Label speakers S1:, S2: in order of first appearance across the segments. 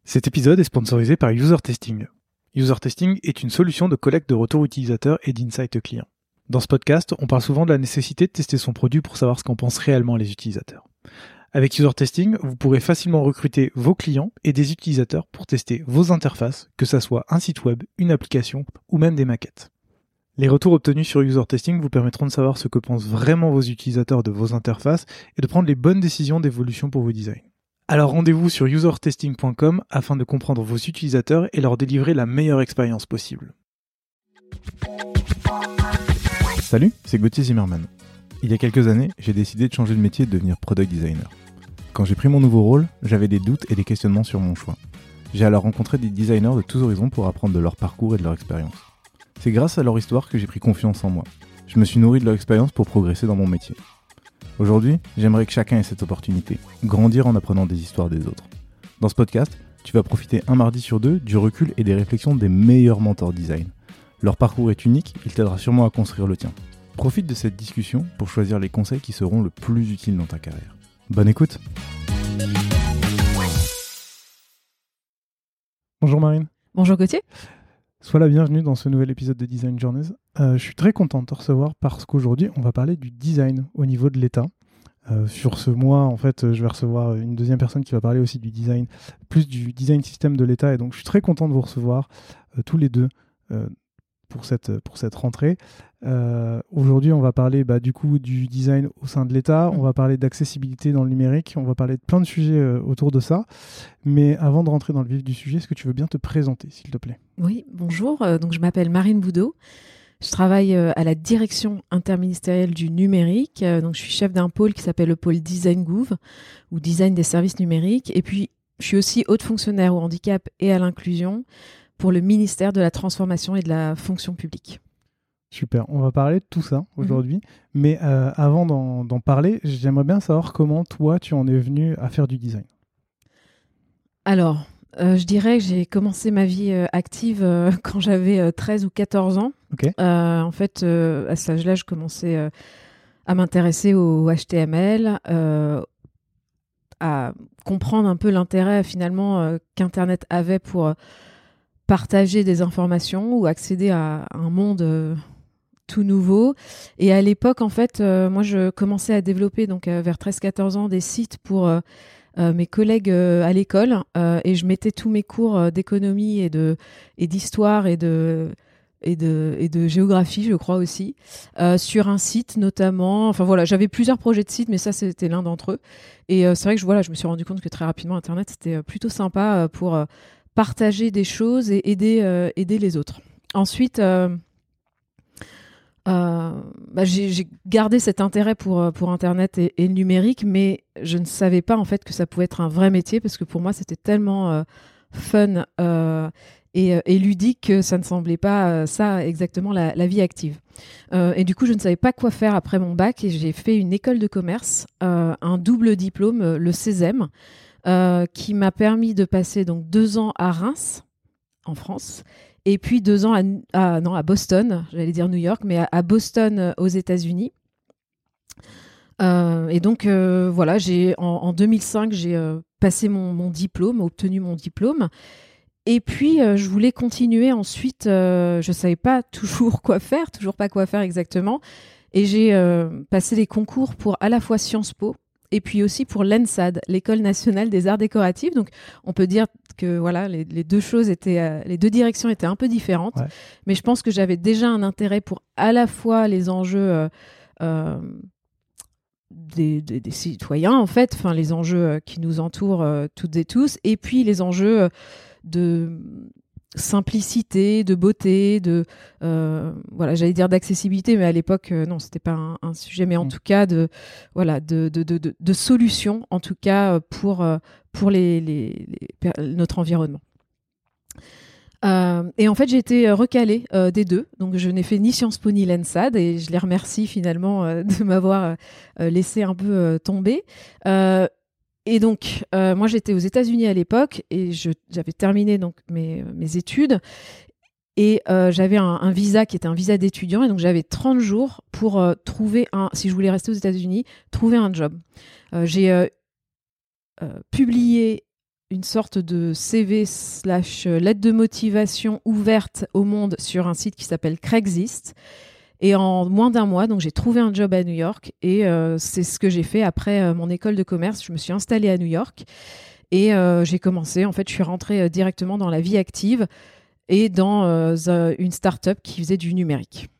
S1: Cet épisode est sponsorisé par User Testing. User Testing est une solution de collecte de retours utilisateurs et d'insights clients. Dans ce podcast, on parle souvent de la nécessité de tester son produit pour savoir ce qu'en pensent réellement les utilisateurs. Avec User Testing, vous pourrez facilement recruter vos clients et des utilisateurs pour tester vos interfaces, que ça soit un site web, une application ou même des maquettes. Les retours obtenus sur User Testing vous permettront de savoir ce que pensent vraiment vos utilisateurs de vos interfaces et de prendre les bonnes décisions d'évolution pour vos designs. Alors rendez-vous sur usertesting.com afin de comprendre vos utilisateurs et leur délivrer la meilleure expérience possible. Salut, c'est Gauthier Zimmerman. Il y a quelques années, j'ai décidé de changer de métier et de devenir product designer. Quand j'ai pris mon nouveau rôle, j'avais des doutes et des questionnements sur mon choix. J'ai alors rencontré des designers de tous horizons pour apprendre de leur parcours et de leur expérience. C'est grâce à leur histoire que j'ai pris confiance en moi. Je me suis nourri de leur expérience pour progresser dans mon métier. Aujourd'hui, j'aimerais que chacun ait cette opportunité, grandir en apprenant des histoires des autres. Dans ce podcast, tu vas profiter un mardi sur deux du recul et des réflexions des meilleurs mentors design. Leur parcours est unique, il t'aidera sûrement à construire le tien. Profite de cette discussion pour choisir les conseils qui seront le plus utiles dans ta carrière. Bonne écoute! Bonjour Marine.
S2: Bonjour Gauthier.
S1: Sois la bienvenue dans ce nouvel épisode de Design Journeys. Je suis très content de te recevoir parce qu'aujourd'hui, on va parler du design au niveau de l'État. Sur ce mois, en fait, je vais recevoir une deuxième personne qui va parler aussi du design, plus du design système de l'État. Et donc, je suis très content de vous recevoir tous les deux pour cette rentrée. Aujourd'hui, on va parler du coup du design au sein de l'État. On va parler d'accessibilité dans le numérique. On va parler de plein de sujets autour de ça. Mais avant de rentrer dans le vif du sujet, est-ce que tu veux bien te présenter, s'il te plaît ?
S2: Oui, bonjour. Donc, je m'appelle Marine Boudot. Je travaille à la direction interministérielle du numérique. Donc, je suis chef d'un pôle qui s'appelle le pôle Design Gouv, ou Design des services numériques. Et puis, je suis aussi haute fonctionnaire au handicap et à l'inclusion pour le ministère de la Transformation et de la Fonction publique.
S1: Super, on va parler de tout ça aujourd'hui. Mais avant d'en parler, j'aimerais bien savoir comment toi, tu en es venu à faire du design.
S2: Alors, je dirais que j'ai commencé ma vie active quand j'avais 13 ou 14 ans.
S1: Okay.
S2: En fait, à cet âge-là, je commençais à m'intéresser au HTML, à comprendre un peu l'intérêt finalement qu'Internet avait pour partager des informations ou accéder à un monde tout nouveau. Et à l'époque, en fait, moi, je commençais à développer donc vers 13-14 ans des sites pour mes collègues à l'école et je mettais tous mes cours d'économie et d'histoire et de géographie, je crois aussi, sur un site notamment. Enfin voilà, j'avais plusieurs projets de sites, mais ça c'était l'un d'entre eux. Et c'est vrai que je me suis rendu compte que très rapidement Internet c'était plutôt sympa pour partager des choses et aider les autres. Ensuite, j'ai gardé cet intérêt pour Internet et le numérique, mais je ne savais pas en fait que ça pouvait être un vrai métier parce que pour moi c'était tellement fun et ludique que ça ne semblait pas ça exactement la vie active. Et du coup, je ne savais pas quoi faire après mon bac et j'ai fait une école de commerce, un double diplôme, le CESEM, qui m'a permis de passer donc 2 ans à Reims, en France, et puis 2 ans à Boston, j'allais dire New York, mais à Boston aux États-Unis. Et donc, voilà, en 2005, j'ai passé mon diplôme, obtenu mon diplôme. Et puis, je voulais continuer ensuite. Je ne savais pas toujours pas quoi faire exactement. Et j'ai passé les concours pour à la fois Sciences Po et puis aussi pour l'ENSAD, l'École nationale des arts décoratifs. Donc, on peut dire que voilà, les deux choses les deux directions étaient un peu différentes. Ouais. Mais je pense que j'avais déjà un intérêt pour à la fois les enjeux des citoyens, en fait, enfin les enjeux qui nous entourent toutes et tous, et puis les enjeux de simplicité, de beauté, voilà, j'allais dire d'accessibilité, mais à l'époque non, c'était pas un sujet, mais en tout cas de solutions, en tout cas pour notre environnement. Et en fait, j'ai été recalée des deux, donc je n'ai fait ni Sciences Po ni l'ENSAD, et je les remercie finalement de m'avoir laissé un peu tomber. Et donc, moi, j'étais aux États-Unis à l'époque et j'avais terminé donc mes études et j'avais un visa qui était un visa d'étudiant et donc j'avais 30 jours pour trouver si je voulais rester aux États-Unis, trouver un job. J'ai publié une sorte de CV / lettre de motivation ouverte au monde sur un site qui s'appelle Craigslist. Et en moins d'un mois, donc j'ai trouvé un job à New York et c'est ce que j'ai fait après mon école de commerce. Je me suis installée à New York et j'ai commencé. En fait, je suis rentrée directement dans la vie active et dans une start-up qui faisait du numérique.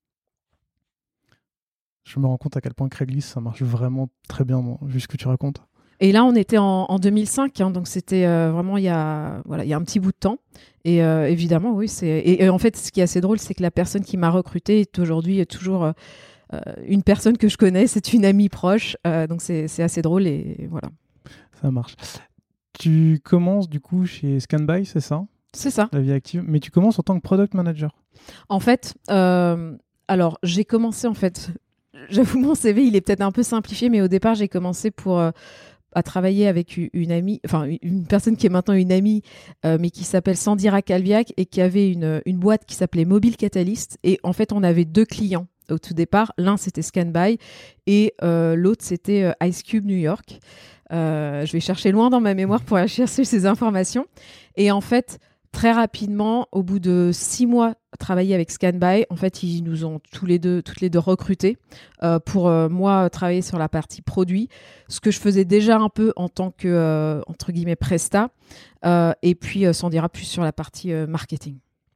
S3: Je me rends compte à quel point Craigslist, ça marche vraiment très bien, vu ce que tu racontes.
S2: Et là, on était en 2005, hein, donc c'était vraiment il y a un petit bout de temps. Et évidemment, oui, et en fait, ce qui est assez drôle, c'est que la personne qui m'a recrutée est aujourd'hui toujours une personne que je connais, c'est une amie proche, donc c'est assez drôle et voilà.
S3: Ça marche. Tu commences du coup chez Scanby, c'est ça ?
S2: C'est ça.
S3: La vie active, mais tu commences en tant que product manager.
S2: En fait, alors j'ai commencé en fait. J'avoue, mon CV, il est peut-être un peu simplifié, mais au départ, j'ai commencé à travailler avec une amie, enfin une personne qui est maintenant une amie, mais qui s'appelle Sandira Calviac et qui avait une boîte qui s'appelait Mobile Catalyst. Et en fait, on avait 2 clients au tout départ. L'un, c'était Scanby et l'autre, c'était Ice Cube New York. Je vais chercher loin dans ma mémoire pour aller chercher ces informations. Et en fait, très rapidement, au bout de 6 mois travailler avec Scanby, en fait, ils nous ont toutes les deux recrutés pour moi travailler sur la partie produit, ce que je faisais déjà un peu en tant que entre guillemets presta, et puis s'en dira plus sur la partie marketing.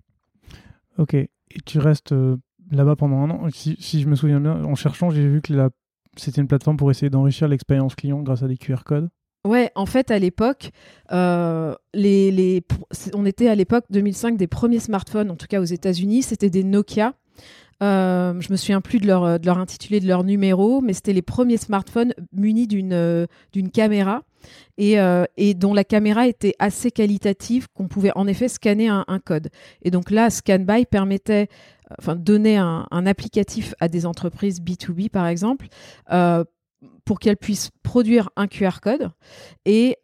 S3: Ok, et tu restes là-bas pendant un an. Si je me souviens bien, en cherchant, j'ai vu que c'était une plateforme pour essayer d'enrichir l'expérience client grâce à des QR codes.
S2: Ouais, en fait, à l'époque, on était à l'époque 2005 des premiers smartphones, en tout cas aux États-Unis, c'était des Nokia. Je me souviens plus de leur intitulé, de leur numéro, mais c'était les premiers smartphones munis d'une caméra et dont la caméra était assez qualitative qu'on pouvait en effet scanner un code. Et donc là, Scanby permettait, donner un applicatif à des entreprises B2B par exemple, pour qu'elles puissent produire un QR code et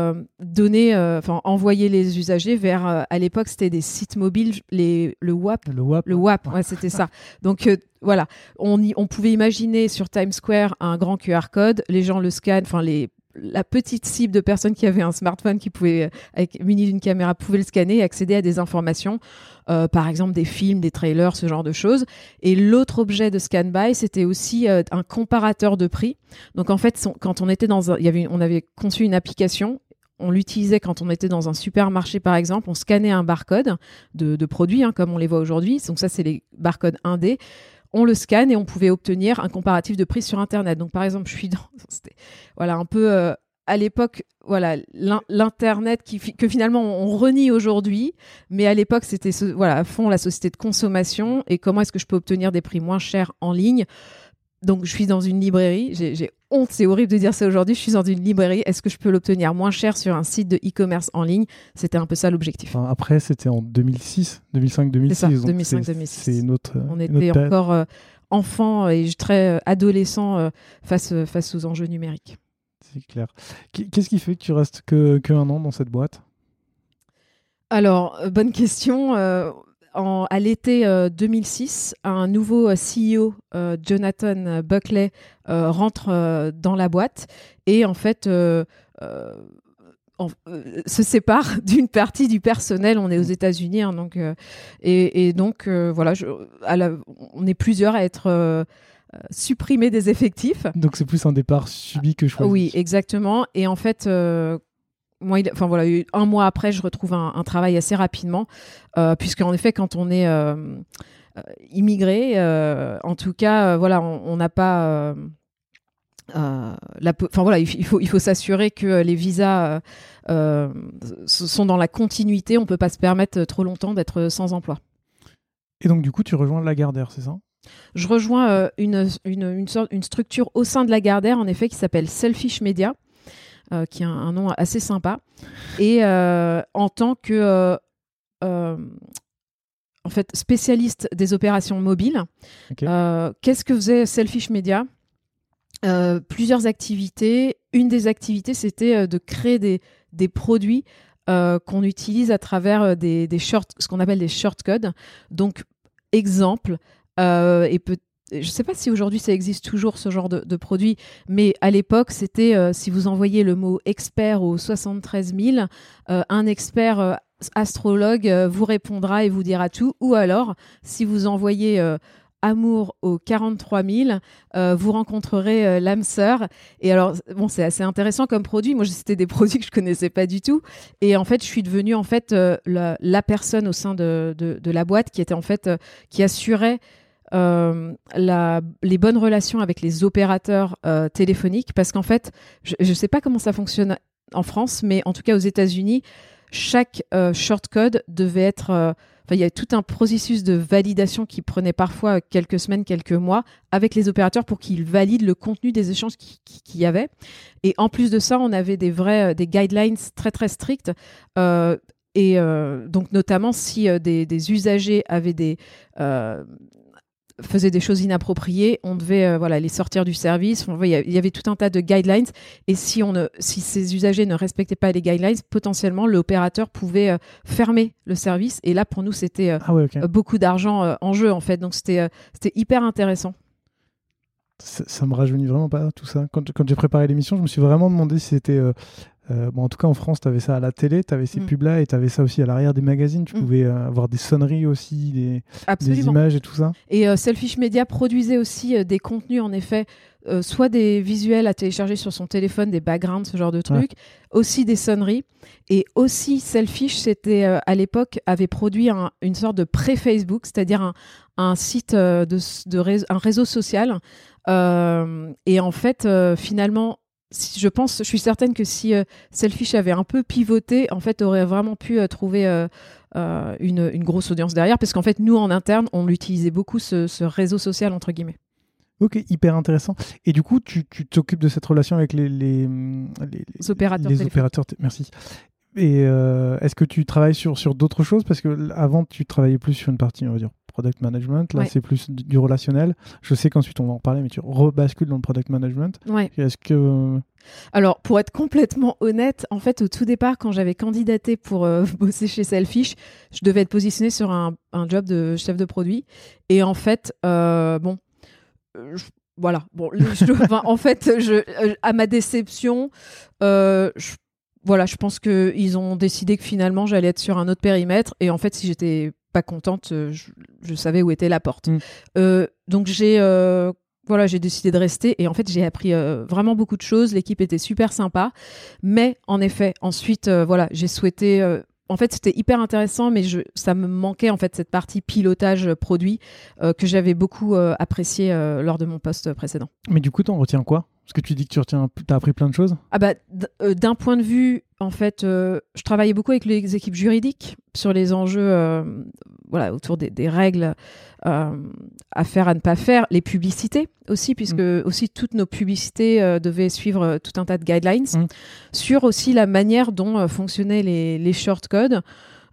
S2: envoyer les usagers vers, à l'époque, c'était des sites mobiles, le WAP.
S3: Le WAP.
S2: Le WAP, ouais, c'était ça. Donc, voilà, on pouvait imaginer sur Times Square un grand QR code, les gens le scannent, la petite cible de personnes qui avaient un smartphone muni d'une caméra pouvait le scanner et accéder à des informations, par exemple des films, des trailers, ce genre de choses. Et l'autre objet de Scanby, c'était aussi un comparateur de prix. Donc en fait, quand on était on avait conçu une application. On l'utilisait quand on était dans un supermarché, par exemple. On scannait un barcode de produits, hein, comme on les voit aujourd'hui. Donc ça, c'est les barcodes 1D. On le scanne et on pouvait obtenir un comparatif de prix sur Internet. Donc, par exemple, c'était un peu à l'époque, l'Internet que finalement on renie aujourd'hui. Mais à l'époque, c'était à fond la société de consommation et comment est-ce que je peux obtenir des prix moins chers en ligne. Donc, je suis dans une librairie. J'ai honte, c'est horrible de dire ça aujourd'hui. Je suis dans une librairie. Est-ce que je peux l'obtenir moins cher sur un site de e-commerce en ligne ? C'était un peu ça l'objectif.
S3: Après, c'était en 2005-2006.
S2: C'est ça, 2005-2006.
S3: C'est notre.
S2: On était encore enfants et très adolescents face aux enjeux numériques.
S3: C'est clair. Qu'est-ce qui fait que tu restes que un an dans cette boîte ?
S2: Alors, bonne question. À l'été 2006, un nouveau CEO, Jonathan Buckley, rentre dans la boîte et en fait se sépare d'une partie du personnel. On est aux États-Unis, hein, donc on est plusieurs à être supprimés des effectifs.
S3: Donc c'est plus un départ subi que choisi.
S2: Oui, exactement. Et en fait. Un mois après, je retrouve un travail assez rapidement, puisqu'en effet, quand on est immigré, en tout cas, on n'a pas. Il faut s'assurer que les visas sont dans la continuité. On ne peut pas se permettre trop longtemps d'être sans emploi.
S3: Et donc, du coup, tu rejoins Lagardère, c'est ça ?
S2: Je rejoins une structure au sein de Lagardère, en effet, qui s'appelle Selfish Media. Qui a un nom assez sympa, et en tant que spécialiste des opérations mobiles. Okay. Qu'est-ce que faisait Selfish Media ? Plusieurs activités. Une des activités, c'était de créer des produits qu'on utilise à travers ce qu'on appelle des short codes. Donc, exemple, je sais pas si aujourd'hui ça existe toujours ce genre de produit, mais à l'époque c'était si vous envoyez le mot expert au 73 000, un expert astrologue vous répondra et vous dira tout, ou alors si vous envoyez amour au 43 000, vous rencontrerez l'âme sœur. Et alors, bon, c'est assez intéressant comme produit. Moi, c'était des produits que je connaissais pas du tout. Et en fait, je suis devenue en fait la personne au sein de la boîte qui était en fait qui assurait les bonnes relations avec les opérateurs téléphoniques, parce qu'en fait, je sais pas comment ça fonctionne en France, mais en tout cas aux États-Unis, chaque shortcode devait être il y a tout un processus de validation qui prenait parfois quelques semaines, quelques mois avec les opérateurs pour qu'ils valident le contenu des échanges qu'il y avait. Et en plus de ça, on avait des guidelines très très strictes. Donc notamment si des usagers avaient faisaient des choses inappropriées, on devait les sortir du service. Il y avait tout un tas de guidelines, et si ces usagers ne respectaient pas les guidelines, potentiellement l'opérateur pouvait fermer le service. Et là, pour nous, c'était beaucoup d'argent en jeu, en fait. Donc c'était hyper intéressant.
S3: Ça me rajeunit vraiment pas tout ça. Quand j'ai préparé l'émission, je me suis vraiment demandé si c'était en tout cas en France, tu avais ça à la télé, tu avais ces pubs-là, et tu avais ça aussi à l'arrière des magazines. Tu pouvais avoir des sonneries aussi, des images et tout ça.
S2: Et Selfish Media produisait aussi des contenus, en effet, soit des visuels à télécharger sur son téléphone, des backgrounds, ce genre de trucs, aussi des sonneries. Et aussi, Selfish, à l'époque, avait produit une sorte de pré-Facebook, c'est-à-dire un site, un réseau social. Et en fait, finalement, je suis certaine que si Selfish avait un peu pivoté, en fait, aurait vraiment pu trouver une grosse audience derrière, parce qu'en fait, nous, en interne, on utilisait beaucoup ce réseau social, entre guillemets.
S3: Ok, hyper intéressant. Et du coup, tu t'occupes de cette relation avec les opérateurs. Merci. Et est-ce que tu travailles sur d'autres choses? Parce que avant, tu travaillais plus sur une partie, on va dire, product management. Là, c'est plus du relationnel. Je sais qu'ensuite, on va en reparler, mais tu rebascules dans le product management.
S2: Ouais.
S3: Est-ce que...
S2: Alors, pour être complètement honnête, en fait, au tout départ, quand j'avais candidaté pour bosser chez Selfish, je devais être positionnée sur un job de chef de produit. Et en fait, voilà. Bon, en fait, à ma déception, je pense qu'ils ont décidé que finalement, j'allais être sur un autre périmètre. Et en fait, si j'étais pas contente, je savais où était la porte. Donc, j'ai décidé de rester. Et en fait, j'ai appris vraiment beaucoup de choses. L'équipe était super sympa. Mais en effet, ensuite, j'ai souhaité... en fait, c'était hyper intéressant, mais ça me manquait, en fait, cette partie pilotage produit que j'avais beaucoup apprécié lors de mon poste précédent.
S3: Mais du coup, t'en retiens quoi? Parce que tu dis que t'as appris plein de choses.
S2: D'un point de vue, en fait, je travaillais beaucoup avec les équipes juridiques sur les enjeux autour des règles à faire, à ne pas faire, les publicités aussi, puisque aussi toutes nos publicités devaient suivre tout un tas de guidelines sur aussi la manière dont fonctionnaient les shortcodes.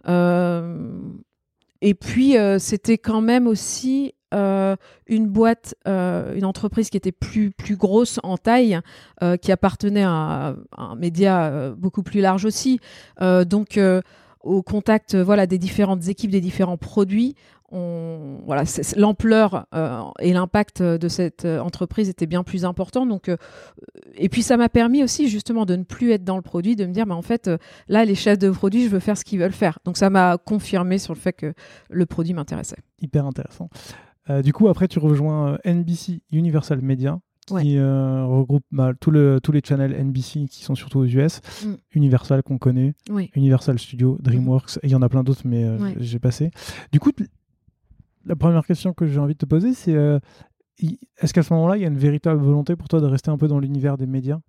S2: Et puis, c'était quand même aussi une entreprise qui était plus grosse en taille, qui appartenait à un média beaucoup plus large aussi. Donc, au contact des différentes équipes, des différents produits, l'ampleur et l'impact de cette entreprise était bien plus important. Donc, et puis ça m'a permis aussi justement de ne plus être dans le produit, de me dire en fait là les chefs de produit, je veux faire ce qu'ils veulent faire. Donc ça m'a confirmé sur le fait que le produit m'intéressait.
S3: Hyper intéressant. Du coup après tu rejoins NBC Universal Media qui regroupe tous les channels NBC qui sont surtout aux US, Universal qu'on connaît, Universal Studios, DreamWorks, et il y en a plein d'autres, mais j'ai passé. Du coup, la première question que j'ai envie de te poser, c'est est-ce qu'à ce moment-là, il y a une véritable volonté pour toi de rester un peu dans l'univers des médias?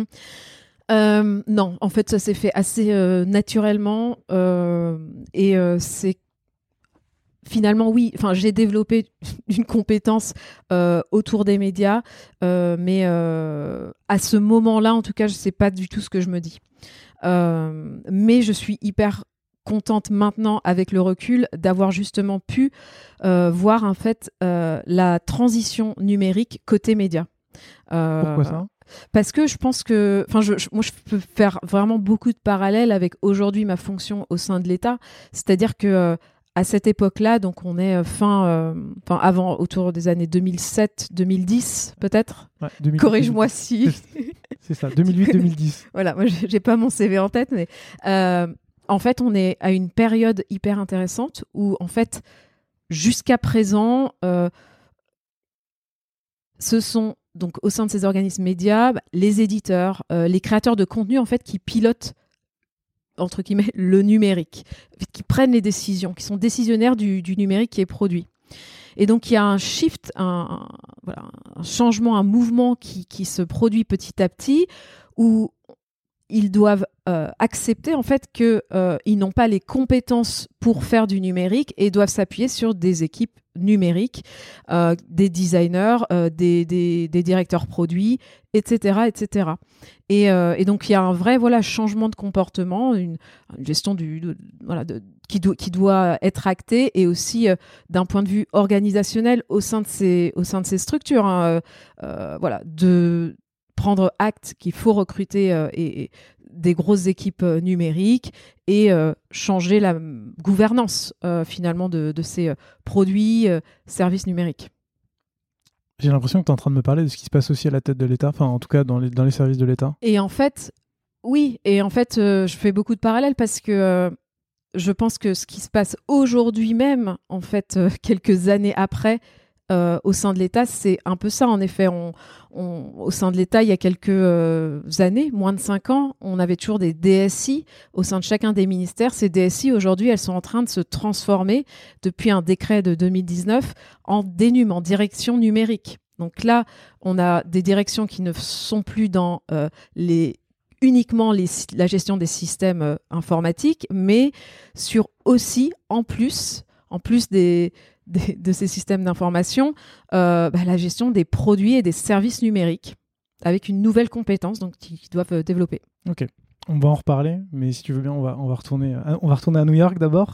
S2: Non, en fait, ça s'est fait assez naturellement, et c'est finalement, oui, j'ai développé une compétence autour des médias, mais à ce moment-là, en tout cas, je ne sais pas du tout ce que je me dis. Mais je suis hyper contente maintenant, avec le recul, d'avoir justement pu voir en fait la transition numérique côté médias.
S3: Pourquoi ça ?
S2: Parce que je pense que, moi, je peux faire vraiment beaucoup de parallèles avec aujourd'hui ma fonction au sein de l'État. C'est-à-dire que à cette époque-là, donc on est avant, autour des années 2007-2010 peut-être.
S3: Ouais, 2008,
S2: corrige-moi si.
S3: C'est ça, 2008-2010.
S2: Voilà, moi j'ai pas mon CV en tête, mais en fait on est à une période hyper intéressante où en fait jusqu'à présent, ce sont donc au sein de ces organismes médias, les éditeurs, les créateurs de contenu en fait qui pilotent entre guillemets le numérique, qui prennent les décisions, qui sont décisionnaires du numérique qui est produit. Et donc il y a un shift, un changement, un mouvement qui se produit petit à petit où ils doivent accepter en fait qu'ils n'ont pas les compétences pour faire du numérique et doivent s'appuyer sur des équipes numériques, des designers, des directeurs produits, etc. etc. Et donc il y a un vrai changement de comportement, une gestion qui doit être actée, et aussi d'un point de vue organisationnel au sein de ces structures, de prendre acte qu'il faut recruter et des grosses équipes numériques et changer la gouvernance finalement de ces produits, services numériques.
S3: J'ai l'impression que tu es en train de me parler de ce qui se passe aussi à la tête de l'État, enfin en tout cas dans les services de l'État.
S2: Et en fait, oui, je fais beaucoup de parallèles parce que je pense que ce qui se passe aujourd'hui même, en fait, quelques années après, au sein de l'État, c'est un peu ça. En effet, au sein de l'État, il y a quelques années, moins de 5 ans, on avait toujours des DSI au sein de chacun des ministères. Ces DSI, aujourd'hui, elles sont en train de se transformer depuis un décret de 2019 en DNUM, en direction numérique. Donc là, on a des directions qui ne sont plus dans uniquement la gestion des systèmes informatiques, mais sur aussi, en plus de ces systèmes d'information, la gestion des produits et des services numériques, avec une nouvelle compétence qu'ils doivent développer.
S3: Ok, on va en reparler, mais si tu veux bien, on va retourner à New York d'abord.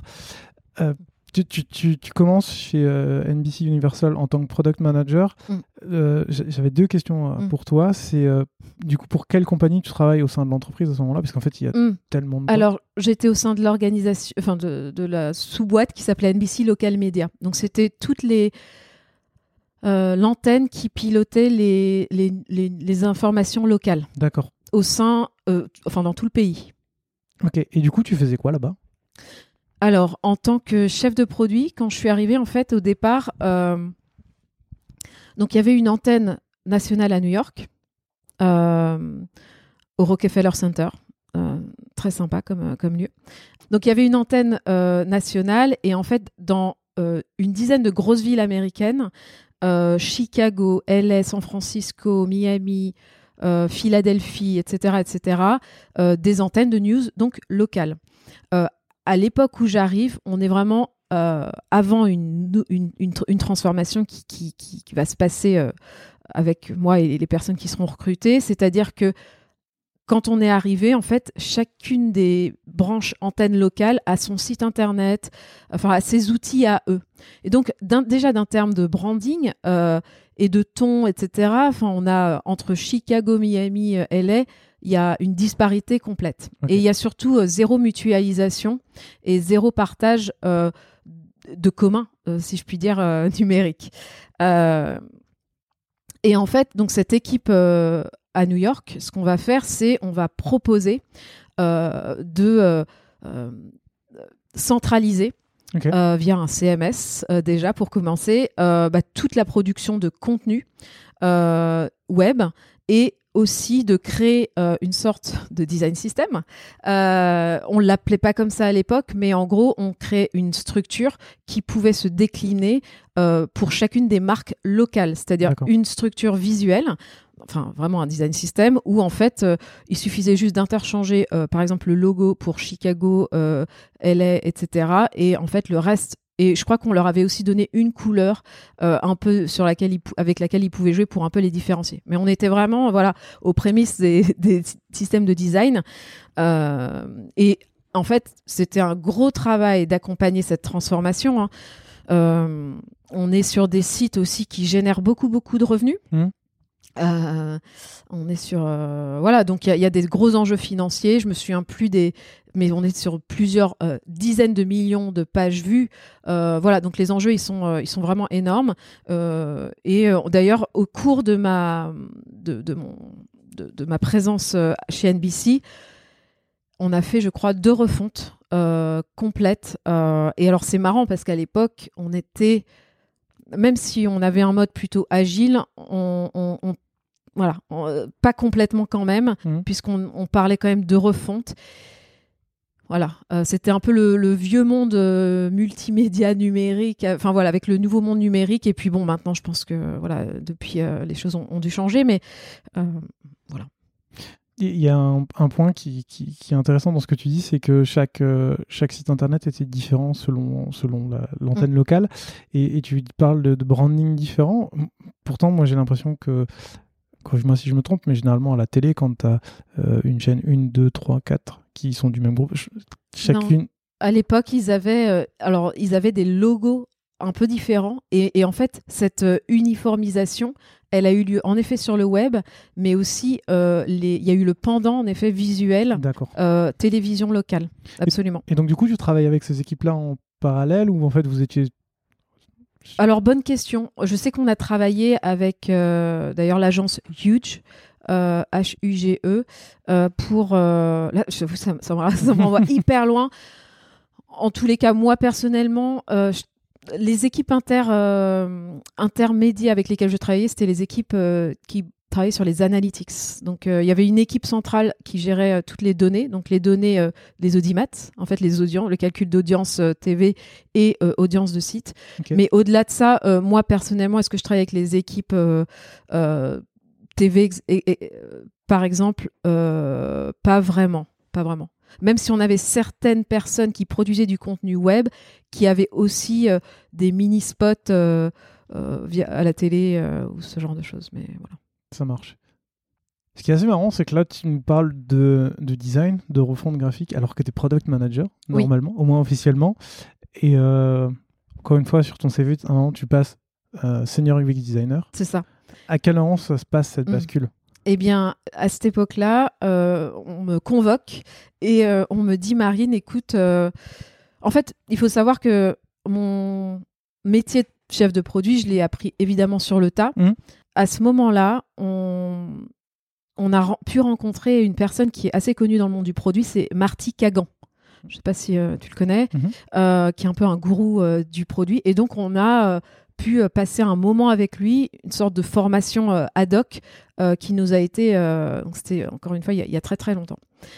S3: Tu commences chez NBC Universal en tant que product manager. J'avais 2 questions pour toi. C'est du coup, pour quelle compagnie tu travailles au sein de l'entreprise à ce moment-là? Parce qu'en fait, il y a tellement de...
S2: Alors, j'étais au sein de l'organisation, de la sous-boîte qui s'appelait NBC Local Media. Donc, c'était toutes l'antenne qui pilotait les informations locales.
S3: D'accord.
S2: Au sein, dans tout le pays.
S3: Ok. Et du coup, tu faisais quoi là-bas?
S2: Alors, en tant que chef de produit, quand je suis arrivée, en fait, au départ, donc il y avait une antenne nationale à New York, au Rockefeller Center, très sympa comme lieu. Donc il y avait une antenne nationale, et en fait, dans une dizaine de grosses villes américaines, Chicago, LA, San Francisco, Miami, Philadelphie, etc., des antennes de news donc locales. À l'époque où j'arrive, on est vraiment avant une transformation qui va se passer avec moi et les personnes qui seront recrutées. C'est-à-dire que quand on est arrivé, en fait, chacune des branches antennes locales a son site internet, a ses outils à eux. Et donc, déjà d'un terme de branding et de ton, etc., on a entre Chicago, Miami, LA, il y a une disparité complète. Okay. Et il y a surtout zéro mutualisation et zéro partage de commun, si je puis dire, numérique. Et en fait, donc cette équipe à New York, ce qu'on va faire, c'est on va proposer de centraliser via un CMS déjà pour commencer toute la production de contenu web, et aussi de créer une sorte de design system. On ne l'appelait pas comme ça à l'époque, mais en gros, on crée une structure qui pouvait se décliner pour chacune des marques locales, c'est-à-dire une structure visuelle, vraiment un design system, où en fait, il suffisait juste d'interchanger, par exemple, le logo pour Chicago, LA, etc. Et en fait, le reste... Et je crois qu'on leur avait aussi donné une couleur un peu avec laquelle ils pouvaient jouer pour un peu les différencier. Mais on était vraiment aux prémices des systèmes de design. Et en fait, c'était un gros travail d'accompagner cette transformation. On est sur des sites aussi qui génèrent beaucoup, beaucoup de revenus. On est sur voilà, donc il y a des gros enjeux financiers. Je me souviens plus mais on est sur plusieurs dizaines de millions de pages vues. Voilà, donc les enjeux ils sont vraiment énormes. D'ailleurs, au cours de ma présence chez NBC, on a fait, je crois, 2 refontes complètes. Et alors c'est marrant parce qu'à l'époque, on était, même si on avait un mode plutôt agile, voilà, pas complètement quand même, puisqu'on parlait quand même de refonte. Voilà, c'était un peu le vieux monde multimédia numérique, enfin voilà, avec le nouveau monde numérique. Et puis bon, maintenant, je pense que voilà, depuis, les choses ont dû changer, mais voilà.
S3: Il y a un point qui est intéressant dans ce que tu dis, c'est que chaque site internet était différent selon l'antenne locale, et tu parles de branding différent. Pourtant, moi j'ai l'impression que, corrige-moi si je me trompe, mais généralement à la télé, quand tu as une chaîne 1, 2, 3, 4 qui sont du même groupe, chacune...
S2: Non. À l'époque, ils avaient des logos un peu différents, et en fait, cette uniformisation, elle a eu lieu en effet sur le web, mais aussi il y a eu le pendant en effet visuel, télévision locale, absolument.
S3: Et donc du coup, tu travailles avec ces équipes-là en parallèle, ou en fait vous étiez...
S2: Alors bonne question. Je sais qu'on a travaillé avec d'ailleurs l'agence Huge. Huge pour là, ça m'envoie hyper loin. En tous les cas, moi personnellement, les équipes intermédiaires avec lesquelles je travaillais, c'était les équipes qui travaillaient sur les analytics. Donc il y avait une équipe centrale qui gérait toutes les données, donc les données des audimats, en fait les audiences, le calcul d'audience TV et audience de site. Okay. Mais au-delà de ça, moi personnellement, est-ce que je travaille avec les équipes TV, par exemple, pas vraiment. Même si on avait certaines personnes qui produisaient du contenu web, qui avaient aussi des mini-spots à la télé ou ce genre de choses. Mais voilà.
S3: Ça marche. Ce qui est assez marrant, c'est que là, tu nous parles de design, de refonte graphique, alors que tu es product manager, normalement, au moins officiellement. Et encore une fois, sur ton CV, à un moment, tu passes senior UX designer.
S2: C'est ça.
S3: À quel moment ça se passe, cette bascule ?
S2: Eh bien, à cette époque-là, on me convoque et on me dit, Marine, écoute, en fait, il faut savoir que mon métier de chef de produit, je l'ai appris évidemment sur le tas. À ce moment-là, on a pu rencontrer une personne qui est assez connue dans le monde du produit, c'est Marty Kagan. Je ne sais pas si tu le connais, qui est un peu un gourou du produit. Et donc, on a... pu passer un moment avec lui, une sorte de formation ad hoc qui nous a été... c'était encore une fois il y a très très longtemps.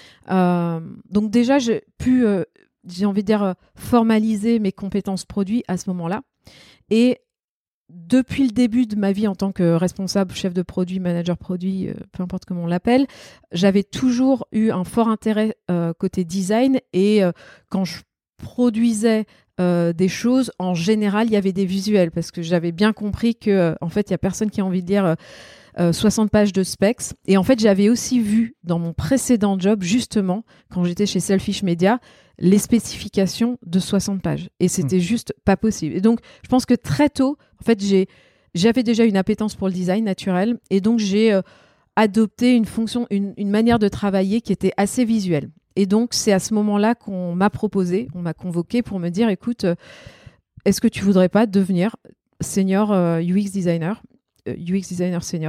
S2: Donc déjà, j'ai pu, j'ai envie de dire, formaliser mes compétences produits à ce moment-là. Et depuis le début de ma vie en tant que responsable, chef de produit, manager produit, peu importe comment on l'appelle, j'avais toujours eu un fort intérêt côté design. Et quand je produisais des choses, en général, il y avait des visuels parce que j'avais bien compris que en fait, il y a personne qui a envie de lire 60 pages de specs. Et en fait, j'avais aussi vu dans mon précédent job, justement, quand j'étais chez Selfish Media, les spécifications de 60 pages. Et c'était juste pas possible. Et donc, je pense que très tôt, en fait, j'avais déjà une appétence pour le design naturel. Et donc, j'ai adopté une manière de travailler qui était assez visuelle. Et donc, c'est à ce moment-là qu'on m'a proposé, on m'a convoqué pour me dire, écoute, est-ce que tu voudrais pas devenir senior UX designer senior ?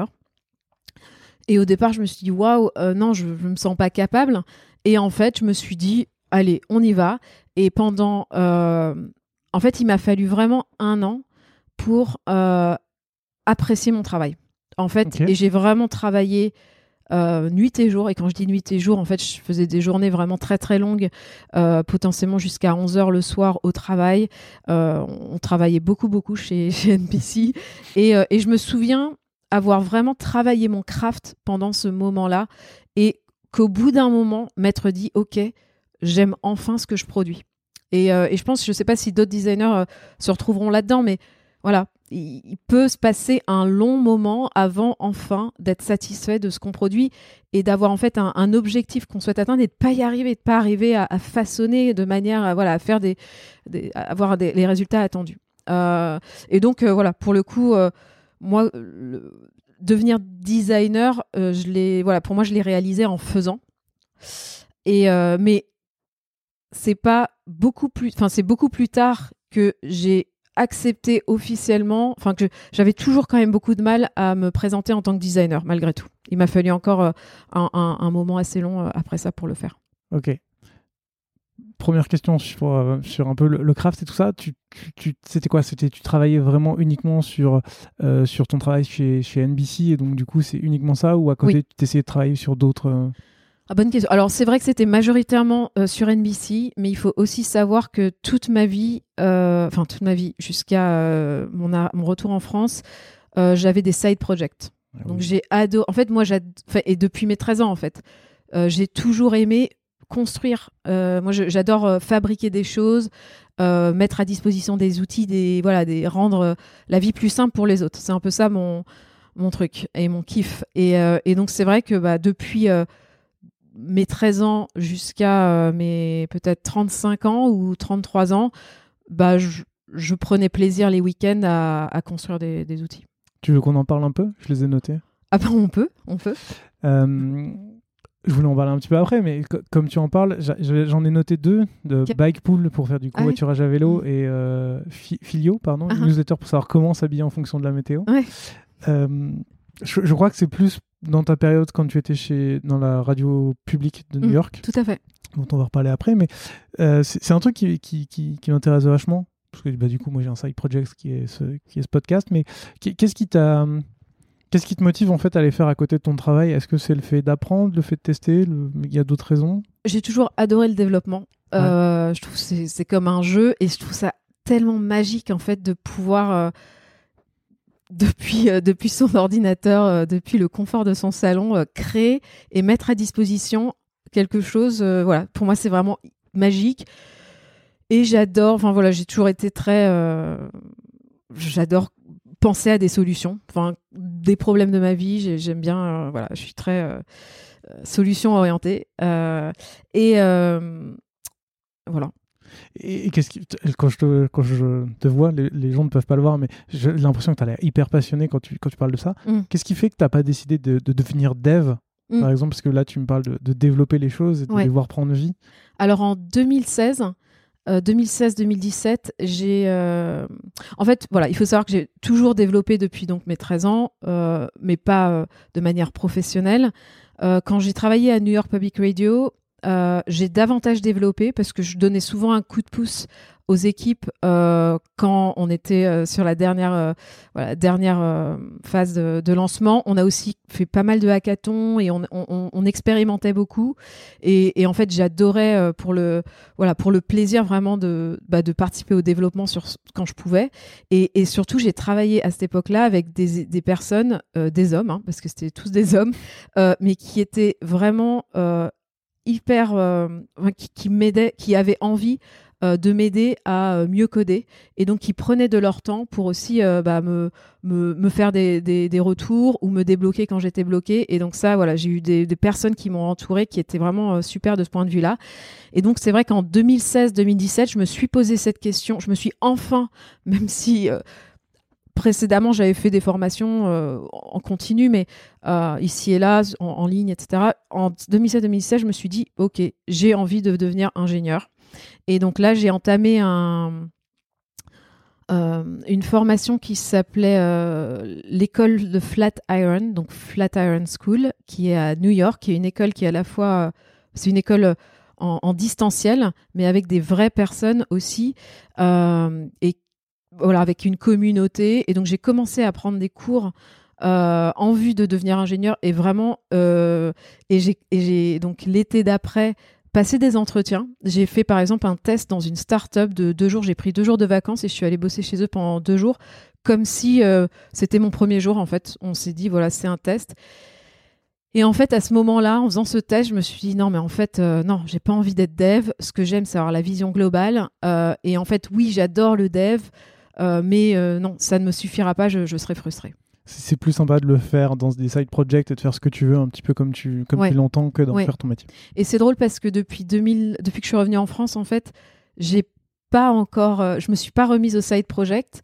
S2: Et au départ, je me suis dit, waouh, non, je me sens pas capable. Et en fait, je me suis dit, allez, on y va. Et pendant... en fait, il m'a fallu vraiment 1 an pour apprécier mon travail. En fait, et j'ai vraiment travaillé... nuit et jour, et quand je dis nuit et jour, en fait, je faisais des journées vraiment très très longues, potentiellement jusqu'à 11h le soir au travail. On travaillait beaucoup chez NBC, et je me souviens avoir vraiment travaillé mon craft pendant ce moment-là, et qu'au bout d'un moment, m'être dit, ok, j'aime enfin ce que je produis. Et je pense, je ne sais pas si d'autres designers se retrouveront là-dedans, mais voilà. Il peut se passer un long moment avant enfin d'être satisfait de ce qu'on produit et d'avoir en fait un objectif qu'on souhaite atteindre et de pas y arriver, de pas arriver à façonner de manière à faire avoir les résultats attendus. Et donc voilà, pour le coup, moi devenir designer, pour moi, je l'ai réalisé en faisant. Mais c'est beaucoup plus tard que j'ai accepté officiellement, que j'avais toujours quand même beaucoup de mal à me présenter en tant que designer, malgré tout. Il m'a fallu encore un moment assez long après ça pour le faire.
S3: Ok. Première question sur un peu le craft et tout ça. C'était quoi ? Tu travaillais vraiment uniquement sur ton travail chez NBC et donc du coup c'est uniquement ça, ou à côté tu essayais de travailler sur d'autres
S2: bonne question. Alors c'est vrai que c'était majoritairement sur NBC, mais il faut aussi savoir que toute ma vie jusqu'à mon retour en France, j'avais des side projects. Donc j'ai adoré. En fait, moi, et depuis mes 13 ans, en fait, j'ai toujours aimé construire. Moi, j'adore fabriquer des choses, mettre à disposition des outils, rendre la vie plus simple pour les autres. C'est un peu ça mon truc et mon kiff. Et donc, c'est vrai que depuis mes 13 ans jusqu'à mes peut-être 35 ans ou 33 ans, je prenais plaisir les week-ends à construire des outils.
S3: Tu veux qu'on en parle un peu ? Je les ai notés.
S2: Ah ben on peut.
S3: Je voulais en parler un petit peu après, mais comme tu en parles, j'en ai noté 2 de Bikepool pour faire du covoiturage à vélo et Filio, une newsletter pour savoir comment s'habiller en fonction de la météo.
S2: Ouais.
S3: Je crois que c'est plus dans ta période quand tu étais dans la radio publique de New York.
S2: Tout à fait.
S3: Dont on va reparler après, mais c'est un truc qui m'intéresse vachement, parce que du coup moi j'ai un side project qui est ce podcast, mais qu'est-ce qui te motive en fait à aller faire à côté de ton travail ? Est-ce que c'est le fait d'apprendre, le fait de tester, il y a d'autres raisons ? J'ai
S2: toujours adoré le développement. Je trouve que c'est comme un jeu, et je trouve ça tellement magique en fait de pouvoir depuis son ordinateur, depuis le confort de son salon, créer et mettre à disposition quelque chose. Pour moi c'est vraiment magique, et j'adore. J'ai toujours été j'adore penser à des solutions, des problèmes de ma vie. J'aime bien, je suis très solution orientée. Voilà.
S3: Et quand je te vois, les gens ne peuvent pas le voir, mais j'ai l'impression que tu as l'air hyper passionné quand tu parles de ça. Qu'est-ce qui fait que tu n'as pas décidé de devenir dev, par exemple, parce que là tu me parles de développer les choses et de les voir prendre vie ? Alors en
S2: 2016-2017, en fait, il faut savoir que j'ai toujours développé depuis donc mes 13 ans, mais pas de manière professionnelle. Quand j'ai travaillé à New York Public Radio, j'ai davantage développé parce que je donnais souvent un coup de pouce aux équipes quand on était sur la dernière phase de lancement. On a aussi fait pas mal de hackathons et on expérimentait beaucoup. Et en fait, j'adorais pour le plaisir vraiment de participer au développement quand je pouvais. Et surtout, j'ai travaillé à cette époque-là avec des personnes, des hommes, parce que c'était tous des hommes, mais qui étaient vraiment hyper, qui m'aidaient, qui avaient envie de m'aider à mieux coder, et donc qui prenaient de leur temps pour aussi me faire des retours ou me débloquer quand j'étais bloquée. Et donc ça, j'ai eu des personnes qui m'ont entourée qui étaient vraiment super de ce point de vue-là. Et donc c'est vrai qu'en 2016-2017, je me suis posé cette question. Je me suis enfin, même si précédemment j'avais fait des formations en continu, mais ici et là, en ligne, etc. En 2017-2017, je me suis dit, ok, j'ai envie de devenir ingénieur. Et donc là, j'ai entamé une formation qui s'appelait l'école de Flatiron, donc Flatiron School, qui est à New York, qui est une école qui est à la fois... c'est une école en distanciel, mais avec des vraies personnes aussi, et avec une communauté. Et donc, j'ai commencé à prendre des cours en vue de devenir ingénieur, et vraiment... et j'ai donc l'été d'après passé des entretiens. J'ai fait par exemple un test dans une start-up de 2 jours. J'ai pris 2 jours de vacances et je suis allée bosser chez eux pendant 2 jours, comme si c'était mon premier jour en fait. On s'est dit c'est un test. Et en fait, à ce moment-là, en faisant ce test, je me suis dit non, mais en fait, non, j'ai pas envie d'être dev. Ce que j'aime, c'est avoir la vision globale. Et en fait, oui, j'adore le dev, mais non, ça ne me suffira pas, je serai frustrée.
S3: C'est plus sympa de le faire dans des side projects et de faire ce que tu veux, un petit peu comme tu l'entends, que d'en faire ton métier.
S2: Et c'est drôle parce que depuis que je suis revenue en France, en fait, je me suis pas remise au side project.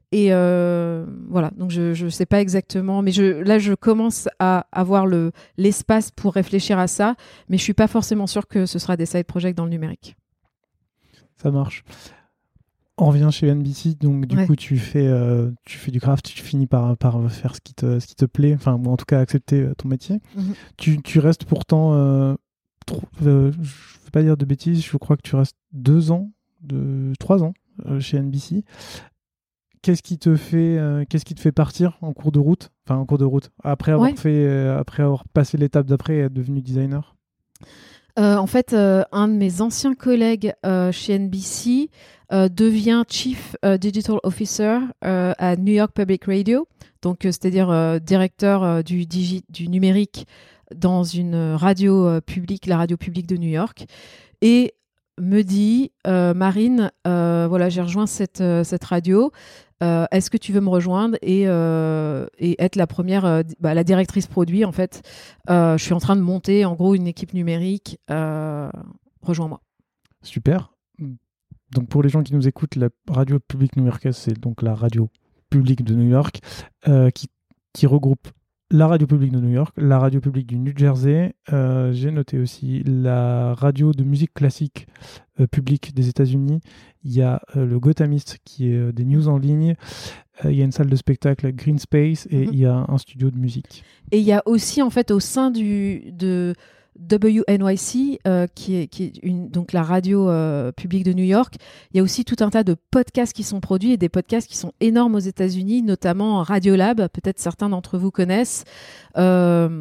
S2: Et voilà, donc je sais pas exactement, mais là je commence à avoir l'espace pour réfléchir à ça, mais je suis pas forcément sûre que ce sera des side projects dans le numérique.
S3: Ça marche. On revient chez NBC, donc du coup tu fais du craft, tu finis par faire ce qui te plaît, enfin ou en tout cas accepter ton métier. Tu restes pourtant, je ne vais pas dire de bêtises, je crois que tu restes 3 ans chez NBC. Qu'est-ce qui te fait partir en cours de route, après avoir passé l'étape d'après et être devenu designer?
S2: En fait, un de mes anciens collègues chez NBC devient Chief Digital Officer à New York Public Radio, donc c'est-à-dire directeur du numérique dans une radio publique, la radio publique de New York, et me dit Marine, voilà, j'ai rejoint cette radio. Est-ce que tu veux me rejoindre et être la première, la directrice produit en fait. Je suis en train de monter en gros une équipe numérique. Rejoins-moi.
S3: Super. Donc pour les gens qui nous écoutent, la radio publique new-yorkaise, c'est donc la radio publique de New York qui regroupe la radio publique de New York, la radio publique du New Jersey. J'ai noté aussi la radio de musique classique publique des États-Unis. Il y a le Gothamist qui est des news en ligne. Il y a une salle de spectacle Green Space et il y a un studio de musique.
S2: Et il y a aussi en fait au sein de WNYC, qui est donc la radio publique de New York, il y a aussi tout un tas de podcasts qui sont produits et des podcasts qui sont énormes aux États-Unis, notamment Radiolab, peut-être certains d'entre vous connaissent, The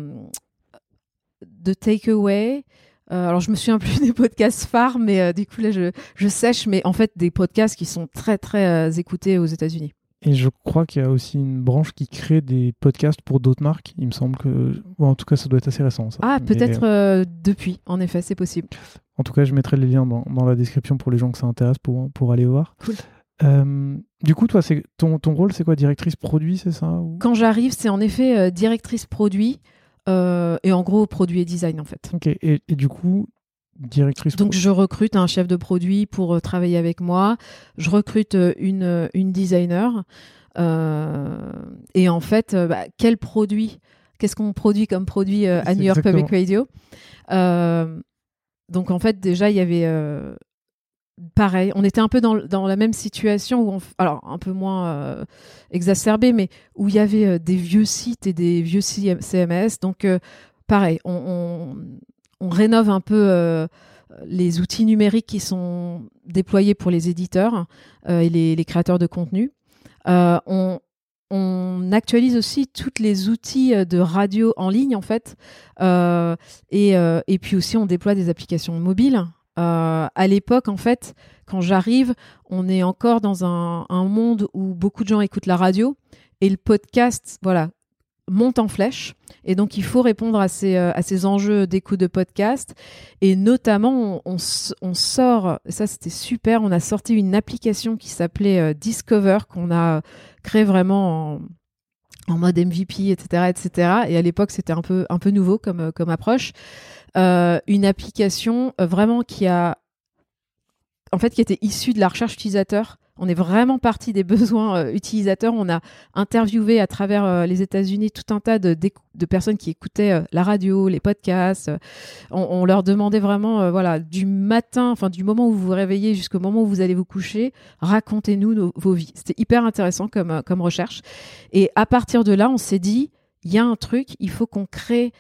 S2: Takeaway. Alors je me souviens plus des podcasts phares, mais du coup là je sèche, mais en fait des podcasts qui sont très très écoutés aux États-Unis.
S3: Et je crois qu'il y a aussi une branche qui crée des podcasts pour d'autres marques. Il me semble que... Bon, en tout cas, ça doit être assez récent. Ça.
S2: Ah, peut-être depuis. En effet, c'est possible.
S3: En tout cas, je mettrai les liens dans la description pour les gens que ça intéresse pour aller voir.
S2: Cool.
S3: Du coup, toi, ton rôle, c'est quoi? Directrice produit, c'est ça ou...
S2: Quand j'arrive, c'est en effet directrice produit. Et en gros, produit et design, en fait.
S3: Ok. Et du coup... Directrice.
S2: Donc je recrute un chef de produit pour travailler avec moi. Je recrute une designer. Et en fait, quel produit? Qu'est-ce qu'on produit comme produit à New York Public Radio? Donc en fait, déjà, il y avait... pareil, on était un peu dans la même situation, alors un peu moins exacerbé, mais où il y avait des vieux sites et des vieux CMS. Donc pareil, on rénove un peu les outils numériques qui sont déployés pour les éditeurs et les créateurs de contenu. On actualise aussi tous les outils de radio en ligne, en fait. Et puis aussi, on déploie des applications mobiles. À l'époque, en fait, quand j'arrive, on est encore dans un monde où beaucoup de gens écoutent la radio et le podcast, voilà, monte en flèche, et donc il faut répondre à ces enjeux d'écoute de podcast, et notamment on sort, ça c'était super, on a sorti une application qui s'appelait Discover, qu'on a créé vraiment en mode MVP, etc., et à l'époque c'était un peu nouveau comme approche, une application vraiment qui était issue de la recherche utilisateur. On est vraiment parti des besoins utilisateurs. On a interviewé à travers les États-Unis tout un tas de personnes qui écoutaient la radio, les podcasts. On leur demandait vraiment, du matin, enfin du moment où vous vous réveillez jusqu'au moment où vous allez vous coucher, racontez-nous vos vies. C'était hyper intéressant comme recherche. Et à partir de là, on s'est dit, il y a un truc, il faut qu'on crée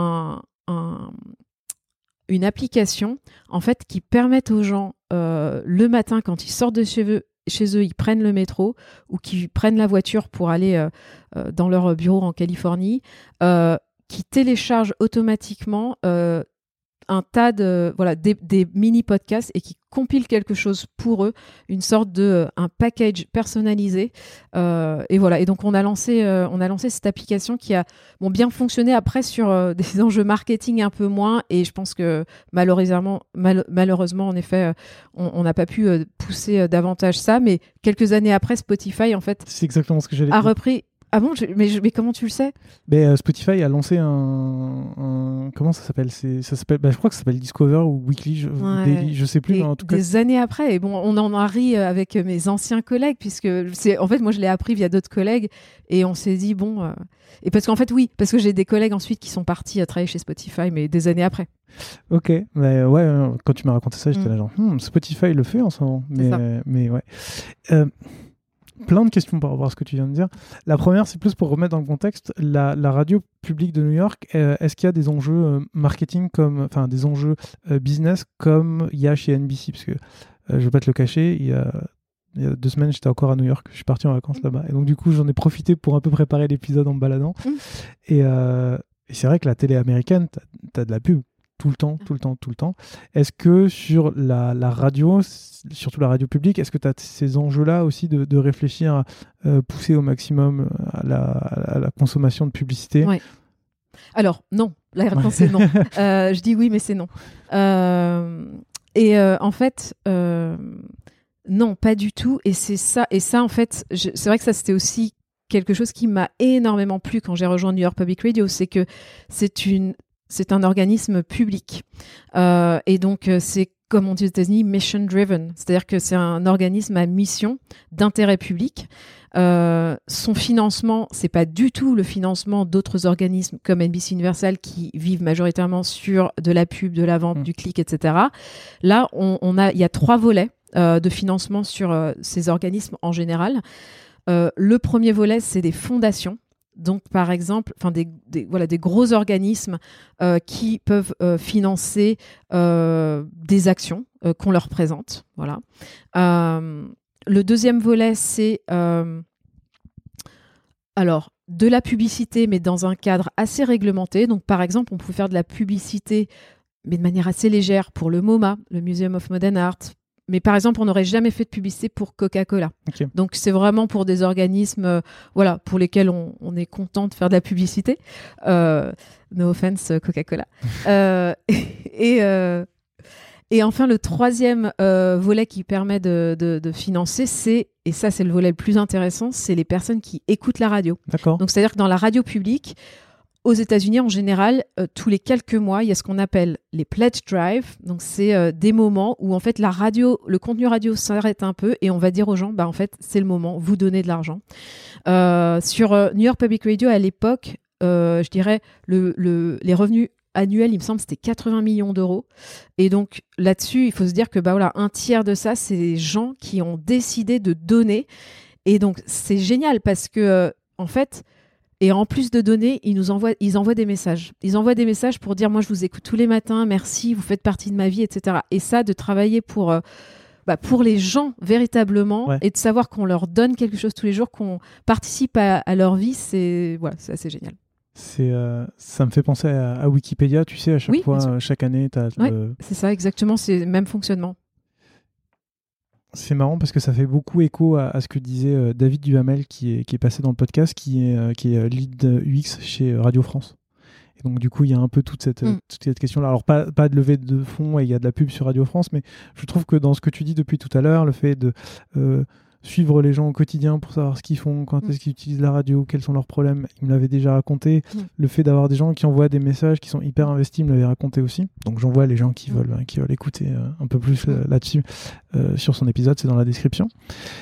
S2: une application en fait qui permette aux gens le matin quand ils sortent de chez eux, ils prennent le métro ou qu'ils prennent la voiture pour aller dans leur bureau en Californie, qui téléchargent automatiquement un tas des mini podcasts et qui compilent quelque chose pour eux, une sorte un package personnalisé, et voilà. Et donc on a lancé cette application qui a bien fonctionné après sur des enjeux marketing un peu moins, et je pense que malheureusement en effet on n'a pas pu pousser davantage ça, mais quelques années après, Spotify en fait
S3: c'est exactement ce que j'allais
S2: a repris Ah bon, mais comment tu le sais?
S3: Spotify a lancé un comment ça s'appelle? Ça s'appelle, je crois que ça s'appelle Discover ou Weekly, Daily, je sais plus. Mais en tout cas,
S2: des années après, et bon, on en a ri avec mes anciens collègues, puisque en fait, moi, je l'ai appris via d'autres collègues, et on s'est dit bon, et parce qu'en fait, oui, parce que j'ai des collègues ensuite qui sont partis à travailler chez Spotify, mais des années après.
S3: Ok, mais ouais, quand tu m'as raconté ça, j'étais là genre Spotify le fait en ce moment, mais ouais. Plein de questions par rapport à ce que tu viens de dire. La première, c'est plus pour remettre dans le contexte, la radio publique de New York, est-ce qu'il y a des enjeux marketing, enfin des enjeux business comme il y a chez NBC? Parce que je ne vais pas te le cacher, il y a 2 semaines, j'étais encore à New York, je suis parti en vacances là-bas. Et donc du coup, j'en ai profité pour un peu préparer l'épisode en me baladant. Et c'est vrai que la télé américaine, t'as de la pub. Tout le temps. Est-ce que sur la radio, surtout la radio publique, est-ce que tu as ces enjeux-là aussi de réfléchir à pousser au maximum à la consommation de publicité?
S2: Ouais. Alors, non. La réponse est non. Je dis oui, mais c'est non. En fait, non, pas du tout. Et c'est ça, en fait, c'est vrai que ça, c'était aussi quelque chose qui m'a énormément plu quand j'ai rejoint New York Public Radio, c'est que c'est un organisme public. Et donc, c'est, comme on dit aux États-Unis, mission driven. C'est-à-dire que c'est un organisme à mission d'intérêt public. Son financement, c'est pas du tout le financement d'autres organismes comme NBC Universal qui vivent majoritairement sur de la pub, de la vente, du clic, etc. Là, il y a 3 volets de financement sur ces organismes en général. Le premier volet, c'est des fondations. Donc, par exemple, des gros organismes qui peuvent financer des actions qu'on leur présente. Voilà. Le deuxième volet, c'est de la publicité, mais dans un cadre assez réglementé. Donc, par exemple, on peut faire de la publicité, mais de manière assez légère pour le MoMA, le Museum of Modern Art. Mais par exemple, on n'aurait jamais fait de publicité pour Coca-Cola. Okay. Donc, c'est vraiment pour des organismes pour lesquels on est content de faire de la publicité. No offense, Coca-Cola. Et enfin, le troisième volet qui permet de financer, et ça, c'est le volet le plus intéressant, c'est les personnes qui écoutent la radio.
S3: D'accord.
S2: Donc, c'est-à-dire que dans la radio publique, aux États-Unis, en général, tous les quelques mois, il y a ce qu'on appelle les pledge drive. Donc, c'est des moments où, en fait, le contenu radio s'arrête un peu et on va dire aux gens, en fait, c'est le moment, vous donnez de l'argent. Sur New York Public Radio, à l'époque, je dirais, les revenus annuels, il me semble, c'était 80 millions d'euros. Et donc, là-dessus, il faut se dire que, un tiers de ça, c'est les gens qui ont décidé de donner. Et donc, c'est génial parce que, en fait... Et en plus de donner, ils envoient des messages. Ils envoient des messages pour dire « Moi, je vous écoute tous les matins, merci, vous faites partie de ma vie, etc. » Et ça, de travailler pour les gens, véritablement, et de savoir qu'on leur donne quelque chose tous les jours, qu'on participe à leur vie, c'est assez génial.
S3: Ça me fait penser à Wikipédia, tu sais, à chaque fois, chaque année, tu as...
S2: c'est ça, exactement, c'est le même fonctionnement.
S3: C'est marrant parce que ça fait beaucoup écho à ce que disait David Duhamel qui est passé dans le podcast, qui est lead UX chez Radio France. Et donc du coup, il y a un peu toute cette question-là. Alors pas de levée de fonds et il y a de la pub sur Radio France, mais je trouve que dans ce que tu dis depuis tout à l'heure, le fait de suivre les gens au quotidien pour savoir ce qu'ils font, quand est-ce qu'ils utilisent la radio, quels sont leurs problèmes, il me l'avait déjà raconté. Le fait d'avoir des gens qui envoient des messages qui sont hyper investis, il me l'avait raconté aussi. Donc j'envoie les gens qui veulent écouter un peu plus là-dessus sur son épisode, c'est dans la description.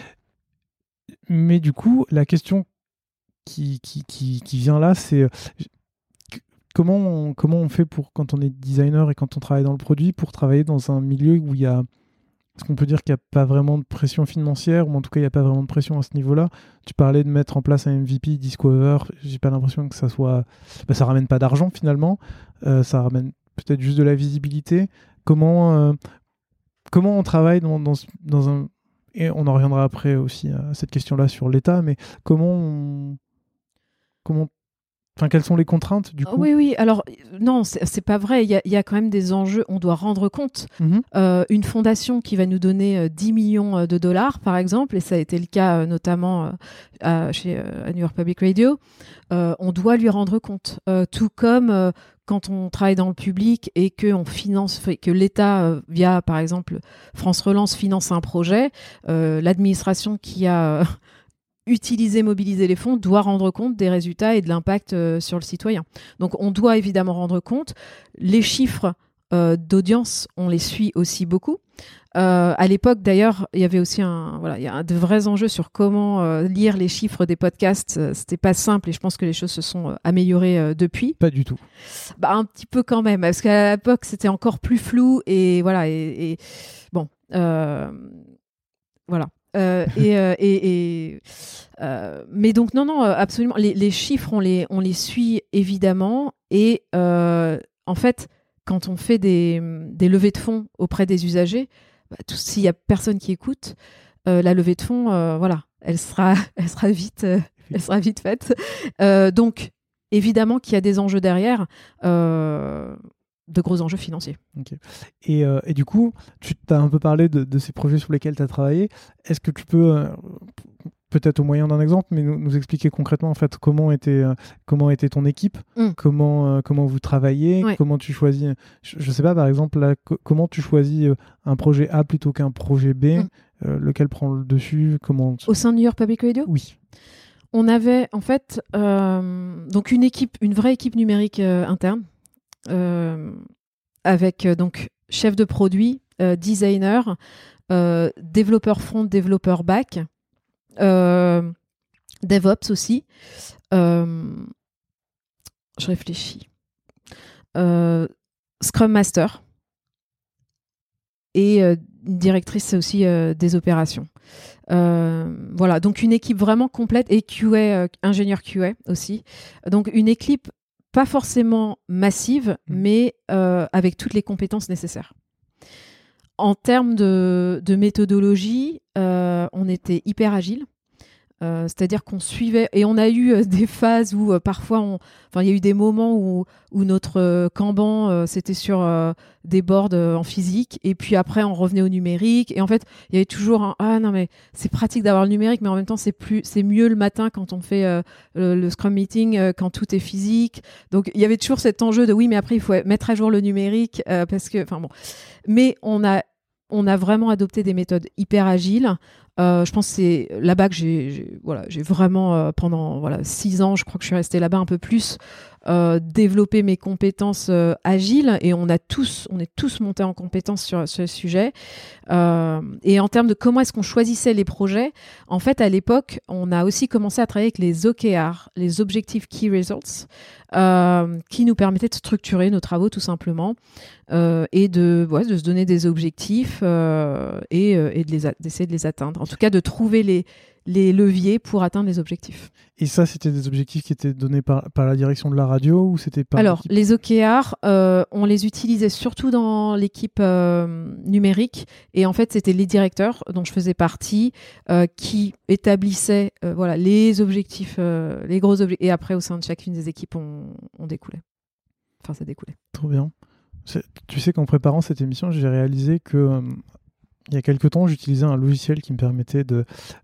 S3: Mais du coup, la question qui vient là, c'est comment on fait pour, quand on est designer et quand on travaille dans le produit, pour travailler dans un milieu où il y a... Est-ce qu'on peut dire qu'il n'y a pas vraiment de pression financière, ou en tout cas il n'y a pas vraiment de pression à ce niveau-là? Tu parlais de mettre en place un MVP, Discover, j'ai pas l'impression que ça soit... ça ramène pas d'argent finalement, ça ramène peut-être juste de la visibilité. Comment on travaille dans un... Et on en reviendra après aussi à cette question-là sur l'État, mais quelles sont les contraintes du coup?
S2: Oui. Alors, non, c'est pas vrai. Il y a quand même des enjeux. On doit rendre compte. Une fondation qui va nous donner 10 millions de dollars, par exemple, et ça a été le cas notamment à New York Public Radio, on doit lui rendre compte. Tout comme quand on travaille dans le public et que l'État, via, par exemple, France Relance, finance un projet, l'administration qui a... utiliser, mobiliser les fonds doit rendre compte des résultats et de l'impact sur le citoyen. Donc on doit évidemment rendre compte. Les chiffres d'audience, on les suit aussi beaucoup. À l'époque, d'ailleurs, il y avait aussi il y a de vrais enjeux sur comment lire les chiffres des podcasts. C'était pas simple et je pense que les choses se sont améliorées depuis.
S3: Pas du tout.
S2: Un petit peu quand même, parce qu'à l'époque, c'était encore plus flou et voilà. Et bon, voilà. Mais donc non, absolument. Les chiffres, on les suit évidemment. Et en fait, quand on fait des levées de fonds auprès des usagers, s'il y a personne qui écoute, la levée de fonds, elle sera vite faite. Donc évidemment qu'il y a des enjeux derrière. De gros enjeux financiers.
S3: Okay. Et du coup, tu t'as un peu parlé de ces projets sur lesquels tu as travaillé. Est-ce que tu peux, peut-être au moyen d'un exemple, mais nous expliquer concrètement en fait comment était ton équipe, comment vous travaillez, comment tu choisis, je sais pas par exemple, là, comment tu choisis un projet A plutôt qu'un projet B, lequel prend le dessus,
S2: Au sein de New York Public Radio ?
S3: Oui.
S2: On avait en fait donc une vraie équipe numérique interne. Avec donc chef de produit, designer, développeur front, développeur back, DevOps aussi. Je réfléchis. Scrum Master et directrice aussi des opérations. Voilà, donc une équipe vraiment complète et QA, ingénieur QA aussi. Donc une équipe pas forcément massive, mais avec toutes les compétences nécessaires. En termes de méthodologie, on était hyper agile. C'est-à-dire qu'on suivait, et on a eu des phases où parfois, il y a eu des moments où notre Kanban c'était sur des boards en physique, et puis après on revenait au numérique, et en fait il y avait toujours non mais c'est pratique d'avoir le numérique, mais en même temps c'est mieux le matin quand on fait le Scrum Meeting quand tout est physique. Donc il y avait toujours cet enjeu de oui, mais après il faut mettre à jour le numérique parce que mais on a vraiment adopté des méthodes hyper agiles. Je pense que c'est là-bas que j'ai vraiment, pendant 6 ans, je crois que je suis restée là-bas un peu plus, développé mes compétences agiles, et on est tous montés en compétences sur ce sujet. Et en termes de comment est-ce qu'on choisissait les projets, en fait, à l'époque, on a aussi commencé à travailler avec les OKR, les Objective Key Results, qui nous permettaient de structurer nos travaux tout simplement, et de se donner des objectifs et d'essayer de les atteindre. En tout cas, de trouver les leviers pour atteindre les objectifs.
S3: Et ça, c'était des objectifs qui étaient donnés par la direction de la radio, ou c'était par
S2: Alors, les OKR, on les utilisait surtout dans l'équipe numérique, et en fait, c'était les directeurs dont je faisais partie qui établissaient les objectifs, les gros objectifs, et après, au sein de chacune des équipes, on découlait. Enfin, ça découlait.
S3: Trop bien. Tu sais qu'en préparant cette émission, j'ai réalisé que il y a quelques temps, j'utilisais un logiciel qui me permettait de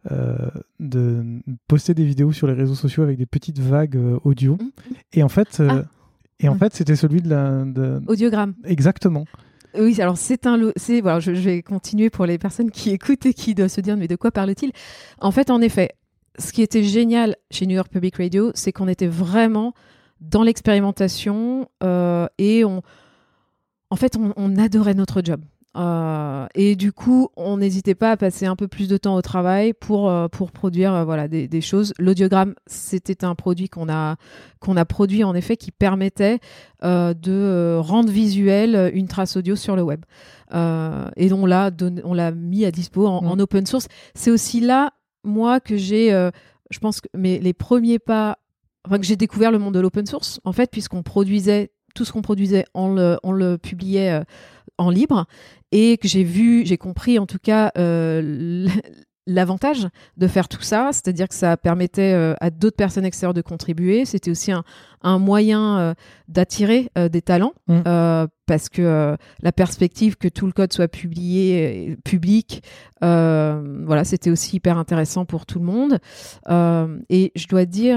S3: poster des vidéos sur les réseaux sociaux avec des petites vagues audio. Et en fait, c'était celui de
S2: Audiogramme.
S3: Exactement.
S2: Oui, alors je vais continuer pour les personnes qui écoutent et qui doivent se dire mais de quoi parle-t-il ? En fait, en effet, ce qui était génial chez New York Public Radio, c'est qu'on était vraiment dans l'expérimentation et on adorait notre job. Et du coup, on n'hésitait pas à passer un peu plus de temps au travail pour produire des choses. L'audiogramme, c'était un produit qu'on a produit en effet qui permettait de rendre visuel une trace audio sur le web. Et on l'a mis à dispo en open source. C'est aussi là, moi, que j'ai, je pense que les premiers pas, que j'ai découvert le monde de l'open source, en fait, puisqu'on produisait tout ce qu'on produisait, on le publiait en libre, et que j'ai compris en tout cas l'avantage de faire tout ça, c'est-à-dire que ça permettait à d'autres personnes extérieures de contribuer. C'était aussi un moyen d'attirer des talents, parce que la perspective que tout le code soit publié, public, c'était aussi hyper intéressant pour tout le monde. Et je dois dire,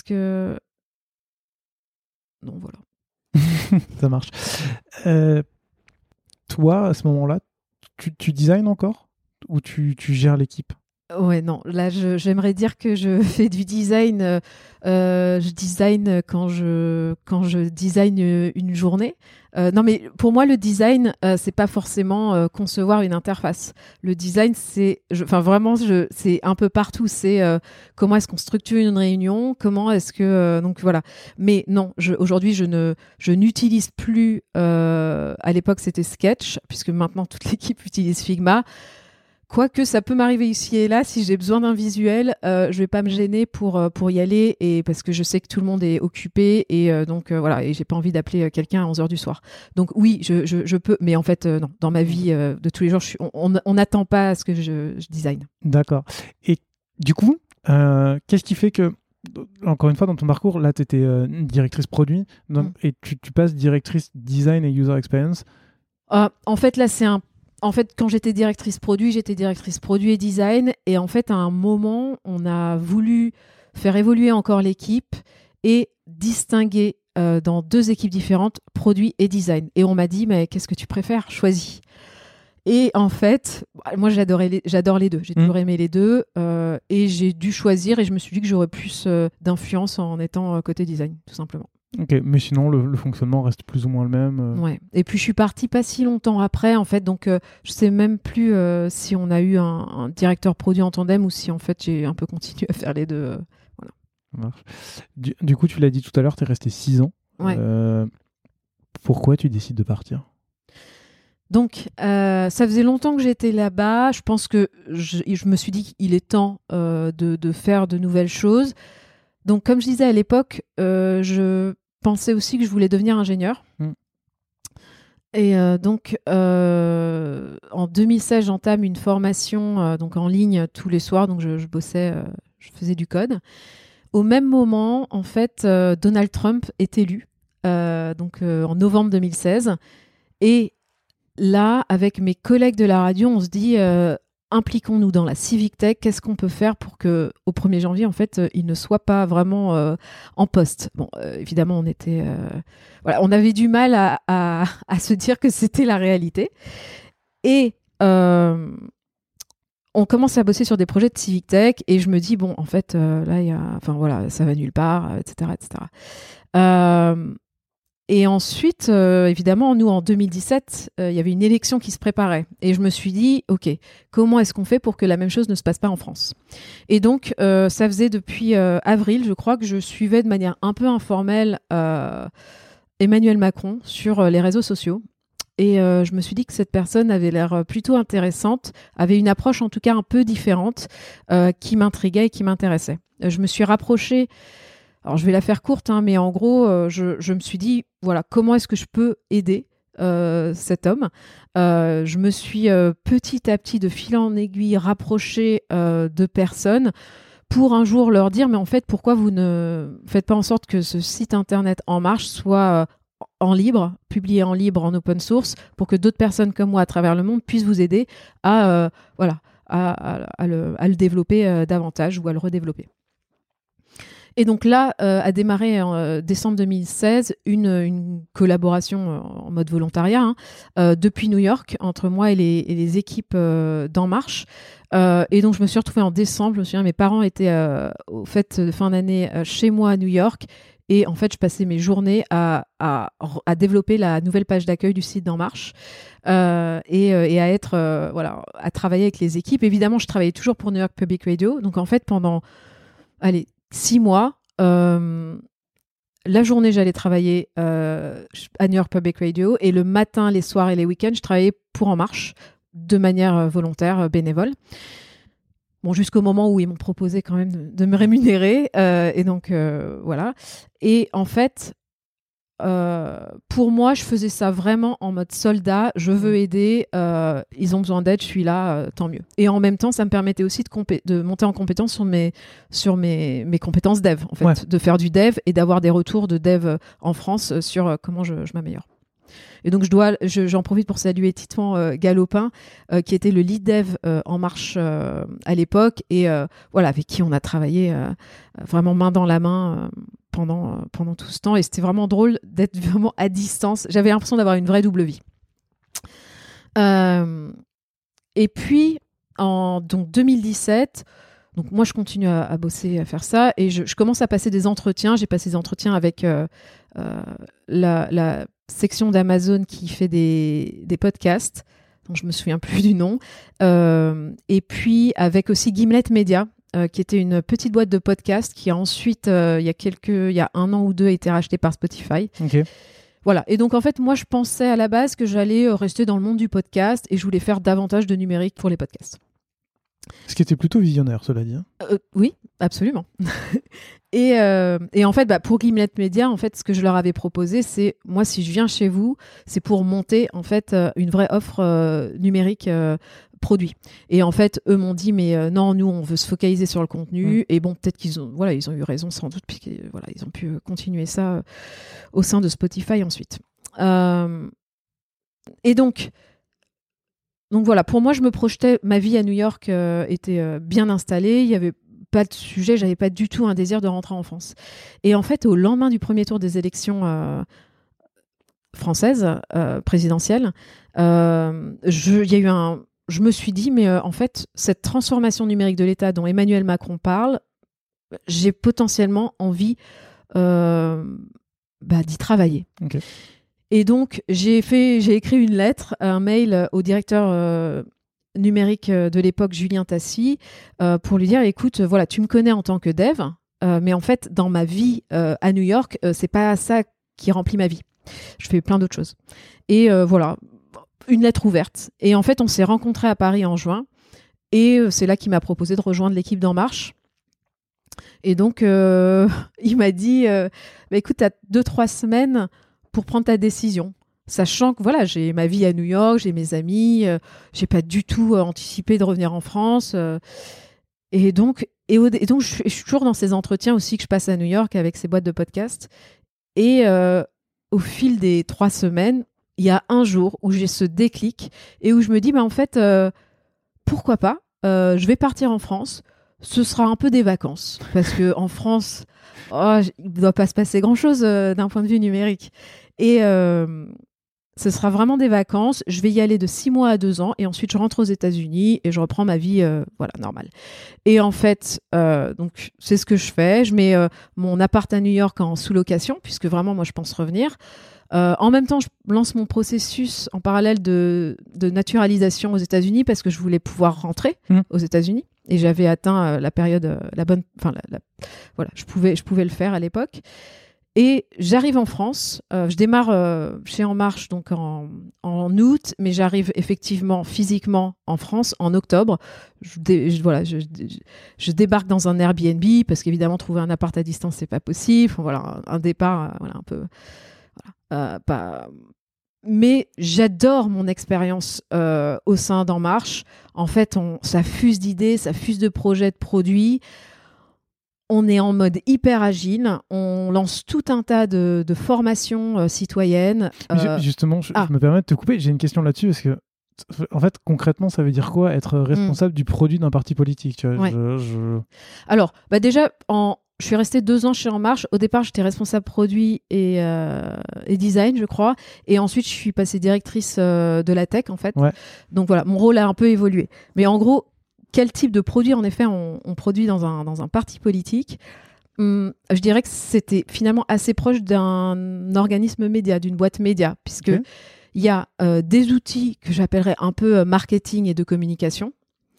S2: non, voilà.
S3: Ça marche. Toi, à ce moment-là, tu designes encore, ou tu gères l'équipe ?
S2: Ouais, non. Là, j'aimerais dire que je fais du design. Je design quand je design une journée. Non, mais pour moi, le design, c'est pas forcément concevoir une interface. Le design, c'est un peu partout. C'est comment est-ce qu'on structure une réunion, comment est-ce que donc voilà. Mais non, aujourd'hui, je n'utilise plus. À l'époque, c'était Sketch, puisque maintenant toute l'équipe utilise Figma. Quoique ça peut m'arriver ici et là, si j'ai besoin d'un visuel, je vais pas me gêner pour y aller, et parce que je sais que tout le monde est occupé, et donc voilà, et j'ai pas envie d'appeler quelqu'un à 11h du soir. Donc oui, je peux, mais en fait non, dans ma vie de tous les jours, on n'attend pas à ce que je design.
S3: D'accord. Et du coup, qu'est-ce qui fait que, encore une fois, dans ton parcours, là tu étais directrice produit, et tu passes directrice design et user experience?
S2: En fait, là En fait, quand j'étais directrice produit et design. Et en fait, à un moment, on a voulu faire évoluer encore l'équipe et distinguer dans 2 équipes différentes, produit et design. Et on m'a dit, mais qu'est-ce que tu préfères ? Choisis. Et en fait, moi, j'adore les deux. J'ai toujours aimé les deux. Et j'ai dû choisir, et je me suis dit que j'aurais plus d'influence en étant côté design, tout simplement.
S3: Ok, mais sinon le fonctionnement reste plus ou moins le même.
S2: Ouais. Et puis je suis partie pas si longtemps après, en fait, donc je sais même plus si on a eu un directeur produit en tandem ou si en fait j'ai un peu continué à faire les deux. Voilà.
S3: Ça marche. Du coup, tu l'as dit tout à l'heure, tu es resté 6 ans.
S2: Ouais.
S3: Pourquoi tu décides de partir ?
S2: Donc, ça faisait longtemps que j'étais là-bas. Je pense que je me suis dit qu'il est temps de faire de nouvelles choses. Donc, comme je disais à l'époque, je pensais aussi que je voulais devenir ingénieur. Et donc, en 2016, j'entame une formation donc en ligne tous les soirs. Donc, je bossais, je faisais du code. Au même moment, en fait, Donald Trump est élu, donc en novembre 2016. Et là, avec mes collègues de la radio, on se dit impliquons-nous dans la civic tech. Qu'est-ce qu'on peut faire pour que au 1er janvier, en fait, il ne soit pas vraiment en poste. Bon, évidemment, on était, voilà, on avait du mal à se dire que c'était la réalité. Et on commence à bosser sur des projets de civic tech, et je me dis bon, en fait, là, enfin voilà, ça va nulle part, etc., etc. Et ensuite, évidemment, nous, en 2017, il y avait une élection qui se préparait. Et je me suis dit, OK, comment est-ce qu'on fait pour que la même chose ne se passe pas en France ? Et donc, ça faisait depuis avril, je crois, que je suivais de manière un peu informelle Emmanuel Macron sur les réseaux sociaux. Et je me suis dit que cette personne avait l'air plutôt intéressante, avait une approche en tout cas un peu différente, qui m'intriguait et qui m'intéressait. Je me suis rapprochée. Alors, je vais la faire courte, mais en gros, je me suis dit, voilà, comment est-ce que je peux aider cet homme ? Je me suis petit à petit, de fil en aiguille, rapprochée de personnes pour un jour leur dire, mais en fait, pourquoi vous ne faites pas en sorte que ce site internet En Marche soit en libre, publié en libre, en open source, pour que d'autres personnes comme moi à travers le monde puissent vous aider à le développer davantage ou à le redévelopper. Et donc là, a démarré en décembre 2016 une collaboration en mode volontariat depuis New York entre moi et les équipes d'En Marche. Et donc je me suis retrouvée en décembre. Je me souviens, mes parents étaient aux fêtes de fin d'année chez moi à New York. Et en fait, je passais mes journées à développer la nouvelle page d'accueil du site d'En Marche et à être à travailler avec les équipes. Évidemment, je travaillais toujours pour New York Public Radio. Donc en fait, pendant 6 mois, la journée, j'allais travailler à New York Public Radio, et le matin, les soirs et les week-ends, je travaillais pour En Marche de manière volontaire, bénévole. Bon, jusqu'au moment où ils m'ont proposé quand même de me rémunérer. Et donc, voilà. Et en fait, pour moi, je faisais ça vraiment en mode soldat. Je veux aider. Ils ont besoin d'aide. Je suis là. Tant mieux. Et en même temps, ça me permettait aussi de monter en compétence sur mes compétences dev, en fait, de faire du dev et d'avoir des retours de dev en France sur comment je m'améliore. Et donc, j'en profite pour saluer Titouan Galopin, qui était le lead dev En Marche à l'époque, et avec qui on a travaillé vraiment main dans la main pendant tout ce temps. Et c'était vraiment drôle d'être vraiment à distance. J'avais l'impression d'avoir une vraie double vie. Et puis, donc 2017. Donc moi, je continue à bosser, à faire ça, et je commence à passer des entretiens. J'ai passé des entretiens avec la section d'Amazon qui fait des podcasts, dont je me souviens plus du nom, et puis avec aussi Gimlet Media, qui était une petite boîte de podcasts qui a ensuite, il y a 1 an ou 2, a été rachetée par Spotify.
S3: Okay.
S2: Voilà. Et donc, en fait, moi, je pensais à la base que j'allais rester dans le monde du podcast et je voulais faire davantage de numérique pour les podcasts.
S3: Ce qui était plutôt visionnaire, cela dit.
S2: Oui, absolument. et en fait, pour Gimlet Media, en fait, ce que je leur avais proposé, c'est, moi, si je viens chez vous, c'est pour monter, en fait, une vraie offre numérique produit. Et en fait, eux m'ont dit, mais non, nous, on veut se focaliser sur le contenu. Et bon, peut-être qu'ils ont eu raison sans doute, puisque voilà, ils ont pu continuer ça au sein de Spotify ensuite. Et donc voilà, pour moi, je me projetais, ma vie à New York était bien installée, il n'y avait pas de sujet, j'avais pas du tout un désir de rentrer en France. Et en fait, au lendemain du premier tour des élections françaises, présidentielles, je me suis dit, mais en fait, cette transformation numérique de l'État dont Emmanuel Macron parle, j'ai potentiellement envie d'y travailler.
S3: Okay.
S2: Et donc, j'ai écrit une lettre, un mail au directeur numérique de l'époque, Julien Tassi, pour lui dire, écoute, voilà, tu me connais en tant que dev, mais en fait, dans ma vie à New York, c'est pas ça qui remplit ma vie. Je fais plein d'autres choses. Et voilà, une lettre ouverte. Et en fait, on s'est rencontrés à Paris en juin, et c'est là qu'il m'a proposé de rejoindre l'équipe d'En Marche. Et donc, il m'a dit, écoute, tu as 2-3 semaines pour prendre ta décision. Sachant que voilà, j'ai ma vie à New York, j'ai mes amis, j'ai pas du tout anticipé de revenir en France. Et donc je suis toujours dans ces entretiens aussi que je passe à New York avec ces boîtes de podcasts. Et au fil des 3 semaines, il y a un jour où j'ai ce déclic et où je me dis, en fait, pourquoi pas, je vais partir en France. Ce sera un peu des vacances. Parce qu'en France, il ne doit pas se passer grand-chose d'un point de vue numérique. Et ce sera vraiment des vacances. Je vais y aller de 6 mois à 2 ans. Et ensuite, je rentre aux États-Unis et je reprends ma vie normale. Et en fait, donc, c'est ce que je fais. Je mets mon appart à New York en sous-location, puisque vraiment, moi, je pense revenir. En même temps, je lance mon processus en parallèle de naturalisation aux États-Unis parce que je voulais pouvoir rentrer aux États-Unis. Et j'avais atteint la période, la bonne... Enfin, voilà, je pouvais le faire à l'époque. Et j'arrive en France. Je démarre chez En Marche donc en août, mais j'arrive effectivement physiquement en France en octobre. Je débarque dans un Airbnb parce qu'évidemment, trouver un appart à distance, c'est pas possible. Voilà, un départ un peu... Mais j'adore mon expérience au sein d'En Marche. En fait, ça fuse d'idées, ça fuse de projets, de produits. On est en mode hyper agile. On lance tout un tas de formations citoyennes.
S3: Justement, je me permets de te couper. J'ai une question là-dessus parce que, en fait, concrètement, ça veut dire quoi être responsable du produit d'un parti politique, tu vois?
S2: Ouais. Alors, déjà, je suis restée 2 ans chez En Marche. Au départ, j'étais responsable produit et design, je crois. Et ensuite, je suis passée directrice de la tech, en fait.
S3: Ouais.
S2: Donc voilà, mon rôle a un peu évolué. Mais en gros, quel type de produit, en effet, on produit dans un parti politique? Je dirais que c'était finalement assez proche d'un organisme média, d'une boîte média, puisque il y a des outils que j'appellerais un peu marketing et de communication.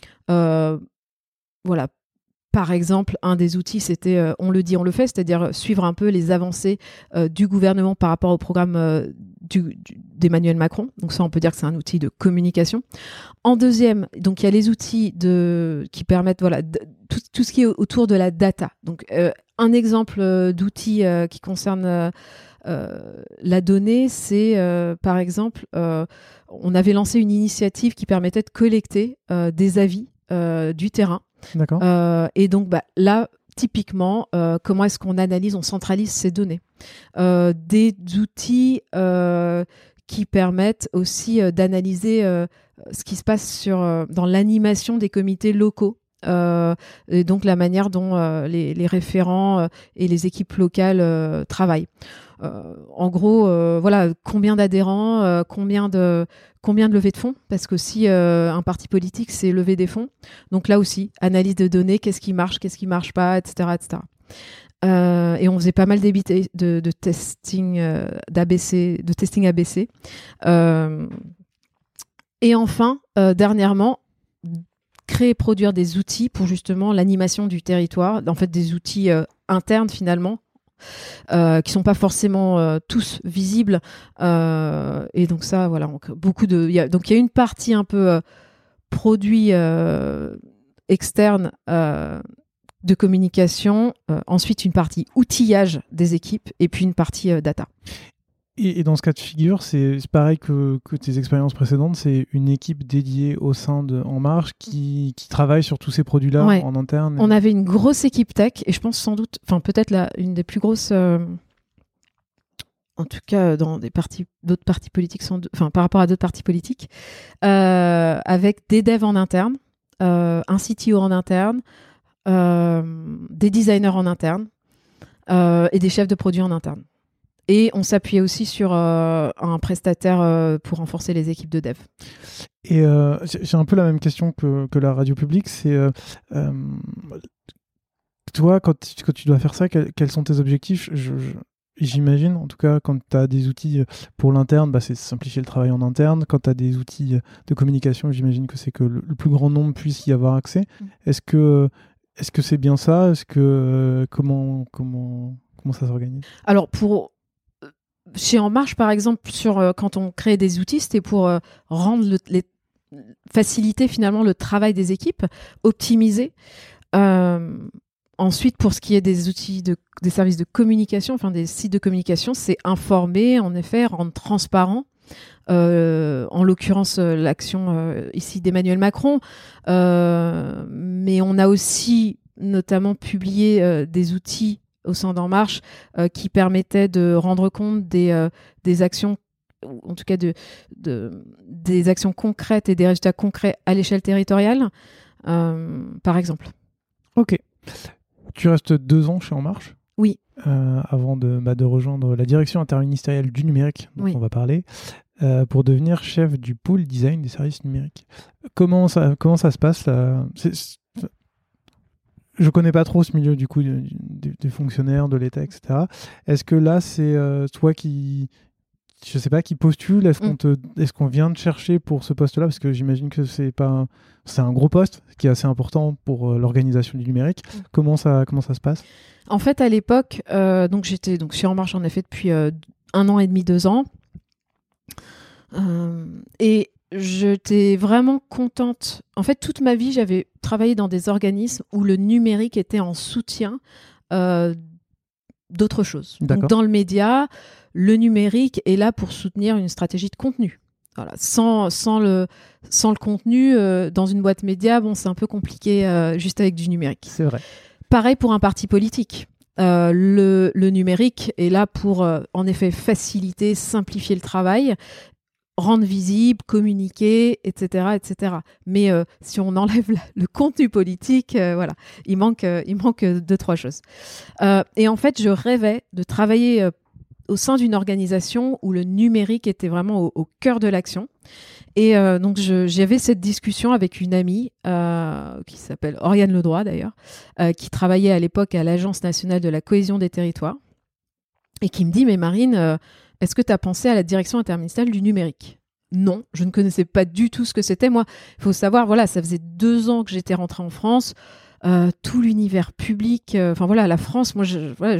S2: Voilà. Par exemple, un des outils, c'était on le dit, on le fait, c'est-à-dire suivre un peu les avancées du gouvernement par rapport au programme d'Emmanuel Macron. Donc ça, on peut dire que c'est un outil de communication. En deuxième, donc il y a les outils qui permettent tout ce qui est autour de la data. Donc un exemple d'outil qui concerne la donnée, c'est par exemple, on avait lancé une initiative qui permettait de collecter des avis du terrain.
S3: D'accord.
S2: Et donc là, typiquement, comment est-ce qu'on analyse, on centralise ces données? Des outils qui permettent aussi d'analyser ce qui se passe dans l'animation des comités locaux et donc la manière dont les référents et les équipes locales travaillent. En gros, voilà, combien d'adhérents, combien de levées de fonds, parce que si un parti politique, c'est lever des fonds. Donc là aussi, analyse de données, qu'est-ce qui marche pas, etc., etc. Et on faisait pas mal de testing d'ABC, de testing ABC. Et enfin, dernièrement, créer et produire des outils pour justement l'animation du territoire, en fait des outils internes finalement, qui sont pas forcément tous visibles. Et donc ça, voilà, il y a une partie un peu produit externe de communication, ensuite une partie outillage des équipes et puis une partie data.
S3: Et dans ce cas de figure, c'est pareil que tes expériences précédentes, c'est une équipe dédiée au sein de En Marche qui travaille sur tous ces produits-là en interne.
S2: On avait une grosse équipe tech et je pense sans doute, peut-être une des plus grosses, en tout cas dans d'autres partis politiques, par rapport à d'autres partis politiques, avec des devs en interne, un CTO en interne, des designers en interne et des chefs de produits en interne. Et on s'appuyait aussi sur un prestataire pour renforcer les équipes de dev.
S3: Et j'ai un peu la même question que la radio publique. C'est toi, quand tu dois faire ça, quels sont tes objectifs ? J'imagine, en tout cas, quand tu as des outils pour l'interne, c'est simplifier le travail en interne. Quand tu as des outils de communication, j'imagine que c'est que le plus grand nombre puisse y avoir accès. Est-ce que c'est bien ça ? Est-ce que comment ça s'organise ?
S2: Alors chez En Marche, par exemple, quand on crée des outils, c'était pour faciliter finalement le travail des équipes, optimiser. Ensuite, pour ce qui est des outils des services de communication, des sites de communication, c'est informer, en effet, rendre transparent. En l'occurrence, l'action ici d'Emmanuel Macron. Mais on a aussi notamment publié des outils au sein d'En Marche qui permettaient de rendre compte des actions, en tout cas des actions concrètes et des résultats concrets à l'échelle territoriale, par exemple.
S3: Ok. Tu restes 2 ans chez En Marche ?
S2: Oui.
S3: Avant de rejoindre la direction interministérielle du numérique, dont on va parler, pour devenir chef du pôle design des services numériques. Comment ça se passe là ? Je connais pas trop ce milieu du coup des fonctionnaires, de l'État, etc. Est-ce que là c'est toi qui postule ? Est-ce qu'on vient te chercher pour ce poste-là ? Parce que j'imagine que c'est un gros poste qui est assez important pour l'organisation du numérique. Comment ça se passe ?
S2: En fait, à l'époque, j'étais chez En Marche en effet depuis 1 an et demi, 2 ans, et j'étais vraiment contente. En fait, toute ma vie, j'avais travaillé dans des organismes où le numérique était en soutien d'autres choses. Donc, dans le média, le numérique est là pour soutenir une stratégie de contenu. Voilà. Sans le contenu, dans une boîte média, c'est un peu compliqué juste avec du numérique.
S3: C'est vrai.
S2: Pareil pour un parti politique. Le numérique est là pour, en effet, faciliter, simplifier le travail, rendre visible, communiquer, etc., etc. Mais si on enlève le contenu politique, il manque 2-3 choses. Et en fait, je rêvais de travailler au sein d'une organisation où le numérique était vraiment au cœur de l'action. Et donc, j'avais cette discussion avec une amie qui s'appelle Oriane Ledroit, d'ailleurs, qui travaillait à l'époque à l'Agence nationale de la cohésion des territoires, et qui me dit « Mais Marine, est-ce que tu as pensé à la direction interministérielle du numérique ?» Non, je ne connaissais pas du tout ce que c'était. Moi, il faut savoir, ça faisait 2 ans que j'étais rentrée en France, tout l'univers public, la France, moi,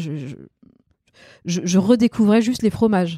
S2: je redécouvrais juste les fromages.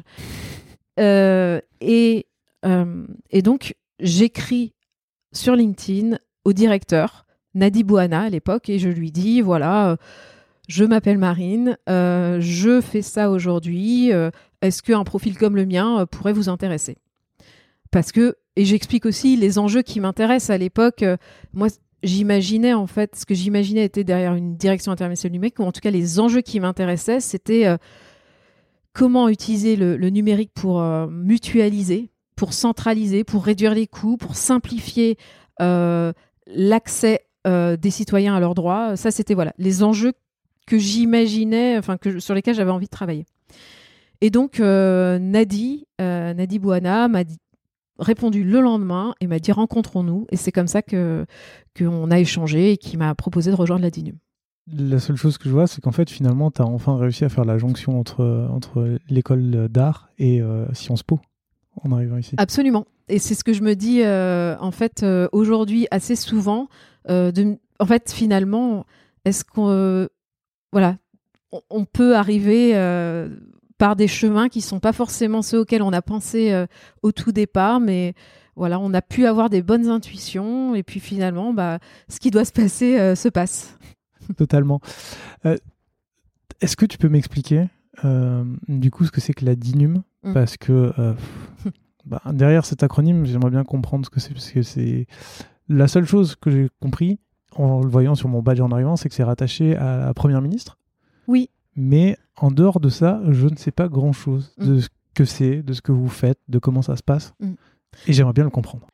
S2: Et donc, j'écris sur LinkedIn au directeur, Nadi Bouhana à l'époque, et je lui dis, je m'appelle Marine, je fais ça aujourd'hui, est-ce qu'un profil comme le mien pourrait vous intéresser ? Et j'explique aussi les enjeux qui m'intéressent à l'époque. Moi, j'imaginais, en fait, ce que j'imaginais était derrière une direction interministérielle du numérique, ou en tout cas les enjeux qui m'intéressaient, c'était comment utiliser le numérique pour mutualiser, pour centraliser, pour réduire les coûts, pour simplifier l'accès des citoyens à leurs droits. Ça, c'était les enjeux que j'imaginais, sur lesquels j'avais envie de travailler. Et donc, Nadi Bouana m'a répondu le lendemain et m'a dit rencontrons-nous. Et c'est comme ça qu'on a échangé et qu'il m'a proposé de rejoindre la DINUM.
S3: La seule chose que je vois, c'est qu'en fait, finalement, tu as enfin réussi à faire la jonction entre l'école d'art et Sciences Po en arrivant ici.
S2: Absolument. Et c'est ce que je me dis, aujourd'hui, assez souvent. Finalement, est-ce qu'on... on peut arriver par des chemins qui ne sont pas forcément ceux auxquels on a pensé au tout départ, mais on a pu avoir des bonnes intuitions, et puis finalement, ce qui doit se passer se passe.
S3: Totalement. Est-ce que tu peux m'expliquer du coup ce que c'est que la DINUM ? Parce que derrière cet acronyme, j'aimerais bien comprendre ce que c'est, parce que c'est la seule chose que j'ai compris en le voyant sur mon badge en arrivant, c'est que c'est rattaché à la Première ministre.
S2: Oui.
S3: Mais en dehors de ça, je ne sais pas grand-chose de ce que c'est, de ce que vous faites, de comment ça se passe. Et j'aimerais bien le comprendre.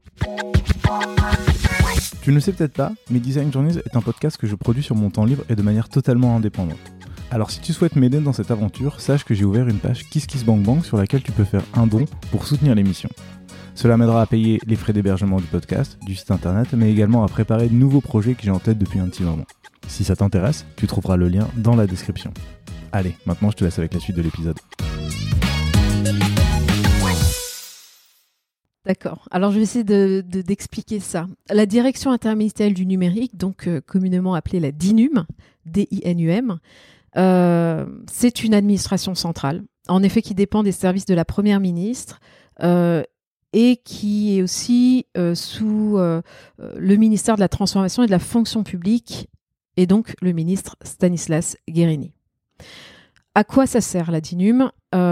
S1: Tu ne le sais peut-être pas, mais Design Journeys est un podcast que je produis sur mon temps libre et de manière totalement indépendante. Alors si tu souhaites m'aider dans cette aventure, sache que j'ai ouvert une page KissKissBankBank sur laquelle tu peux faire un don pour soutenir l'émission. Cela m'aidera à payer les frais d'hébergement du podcast, du site internet, mais également à préparer de nouveaux projets que j'ai en tête depuis un petit moment. Si ça t'intéresse, tu trouveras le lien dans la description. Allez, maintenant je te laisse avec la suite de l'épisode.
S2: D'accord. Alors, je vais essayer d'expliquer ça. La direction interministérielle du numérique, donc communément appelée la DINUM, D-I-N-U-M, c'est une administration centrale, en effet qui dépend des services de la Première ministre et qui est aussi sous le ministère de la Transformation et de la Fonction publique, et donc le ministre Stanislas Guerini. À quoi ça sert la DINUM ?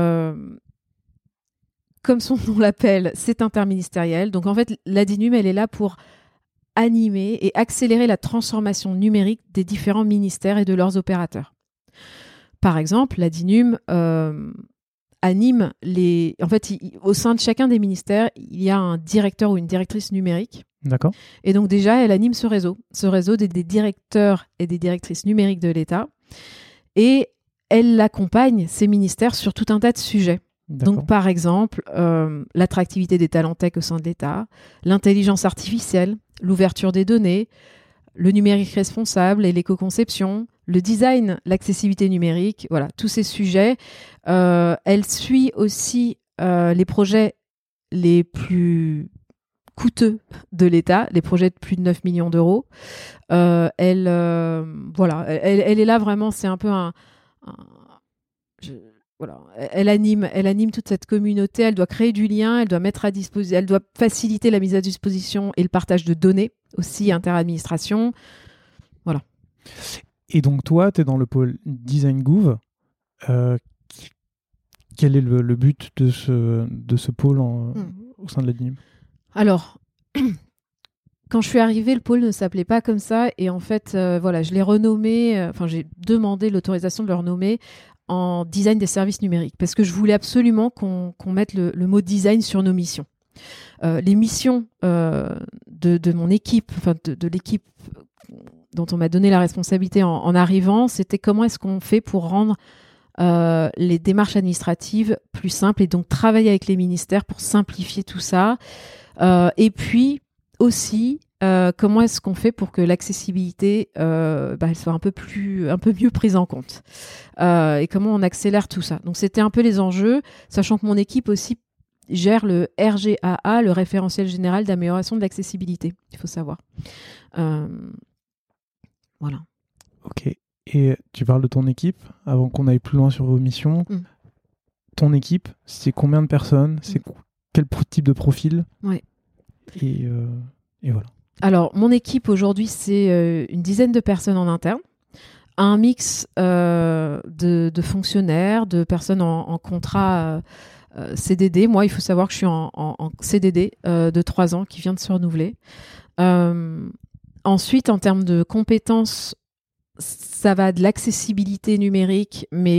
S2: Comme son nom l'appelle, c'est interministériel. Donc en fait, la DINUM, elle est là pour animer et accélérer la transformation numérique des différents ministères et de leurs opérateurs. Par exemple, la DINUM anime les... En fait, au sein de chacun des ministères, il y a un directeur ou une directrice numérique.
S3: D'accord.
S2: Et donc déjà, elle anime ce réseau des directeurs et des directrices numériques de l'État. Et elle accompagne ces ministères sur tout un tas de sujets.
S3: D'accord.
S2: Donc, par exemple, l'attractivité des talents tech au sein de l'État, l'intelligence artificielle, l'ouverture des données, le numérique responsable et l'éco-conception, le design, l'accessibilité numérique, voilà, tous ces sujets. Elle suit aussi les projets les plus coûteux de l'État, les projets de plus de 9 millions d'euros. Elle est là vraiment, c'est un peu elle anime toute cette communauté, elle doit créer du lien, elle doit mettre à disposition, elle doit faciliter la mise à disposition et le partage de données aussi interadministration. Voilà.
S3: Et donc toi, tu es dans le pôle Design Gouv. Quel est le but de ce pôle au sein de la DINUM ?
S2: Alors, quand je suis arrivée, le pôle ne s'appelait pas comme ça, et en fait, je l'ai renommé, j'ai demandé l'autorisation de le renommer en design des services numériques, parce que je voulais absolument qu'on mette le mot design sur nos missions. Les missions de mon équipe, de l'équipe dont on m'a donné la responsabilité en arrivant, c'était comment est-ce qu'on fait pour rendre les démarches administratives plus simples, et donc travailler avec les ministères pour simplifier tout ça. Et puis aussi, comment est-ce qu'on fait pour que l'accessibilité elle soit un peu mieux prise en compte, et comment on accélère tout ça. Donc c'était un peu les enjeux, sachant que mon équipe aussi gère le RGAA, le référentiel général d'amélioration de l'accessibilité, il faut savoir. Voilà.
S3: Ok. Et tu parles de ton équipe, avant qu'on aille plus loin sur vos missions. Ton équipe, c'est combien de personnes ? C'est quel type de profil ?
S2: Ouais.
S3: Et voilà.
S2: Alors, mon équipe aujourd'hui, c'est une dizaine de personnes en interne, un mix de fonctionnaires, de personnes en contrat CDD. Moi, il faut savoir que je suis en CDD de 3 ans qui vient de se renouveler. Ensuite, en termes de compétences, ça va de l'accessibilité numérique, mais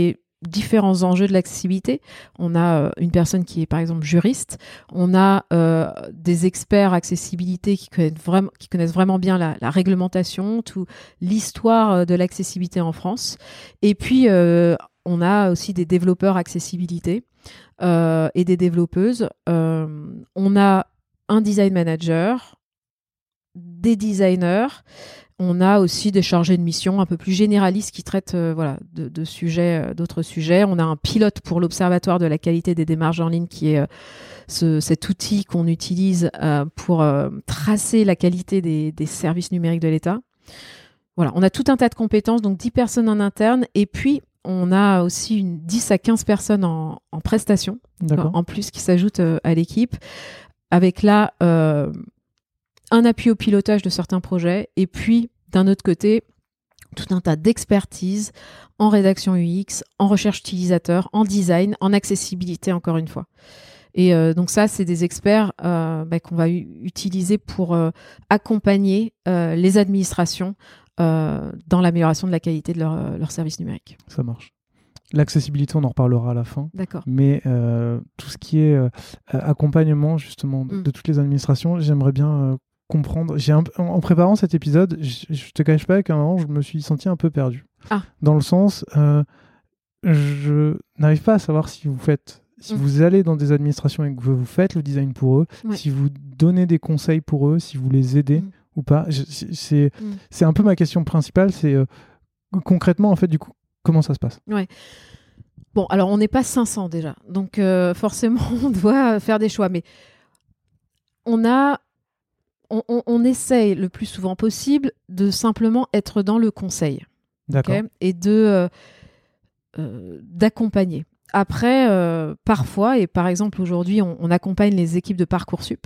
S2: différents enjeux de l'accessibilité. On a une personne qui est par exemple juriste, on a des experts accessibilité qui connaissent vraiment bien la réglementation, toute l'histoire de l'accessibilité en France. Et puis on a aussi des développeurs accessibilité et des développeuses. On a un design manager, des designers. On a aussi des chargés de mission un peu plus généralistes qui traitent de sujets, d'autres sujets. On a un pilote pour l'Observatoire de la qualité des démarches en ligne qui est cet outil qu'on utilise pour tracer la qualité des services numériques de l'État. Voilà, on a tout un tas de compétences, donc 10 personnes en interne. Et puis, on a aussi 10 à 15 personnes en prestation, en plus, qui s'ajoutent à l'équipe, avec là un appui au pilotage de certains projets, et puis d'un autre côté, tout un tas d'expertise en rédaction UX, en recherche utilisateur, en design, en accessibilité, encore une fois. Et donc ça, c'est des experts qu'on va utiliser pour accompagner les administrations dans l'amélioration de la qualité de leur service numérique.
S3: Ça marche. L'accessibilité, on en reparlera à la fin.
S2: D'accord.
S3: Mais tout ce qui est accompagnement, justement, de toutes les administrations, j'aimerais bien comprendre. En préparant cet épisode, je te cache pas qu'à un moment, je me suis senti un peu perdu. Dans le sens, je n'arrive pas à savoir si vous allez dans des administrations et que vous faites le design pour eux, si vous donnez des conseils pour eux, si vous les aidez ou pas. C'est un peu ma question principale, c'est concrètement, en fait, du coup, comment ça se passe ?
S2: Ouais. Bon, alors on n'est pas 500 déjà, donc forcément, on doit faire des choix. Mais on essaye le plus souvent possible de simplement être dans le conseil.
S3: D'accord.
S2: Okay, et d'accompagner. Après, parfois, et par exemple aujourd'hui, on accompagne les équipes de Parcoursup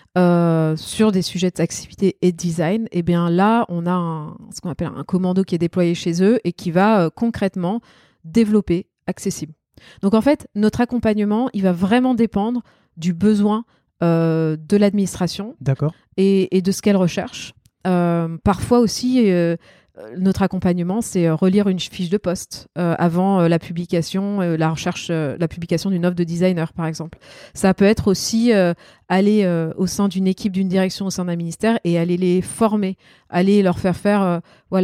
S2: sur des sujets d'activité et de design. Et bien là, on a ce qu'on appelle un commando qui est déployé chez eux et qui va concrètement développer Accessible. Donc en fait, notre accompagnement, il va vraiment dépendre du besoin de l'administration.
S3: D'accord.
S2: Et de ce qu'elle recherche. Parfois aussi, notre accompagnement, c'est relire une fiche de poste avant la publication, la publication d'une offre de designer, par exemple. Ça peut être aussi aller au sein d'une équipe, d'une direction au sein d'un ministère et aller les former, aller leur faire faire,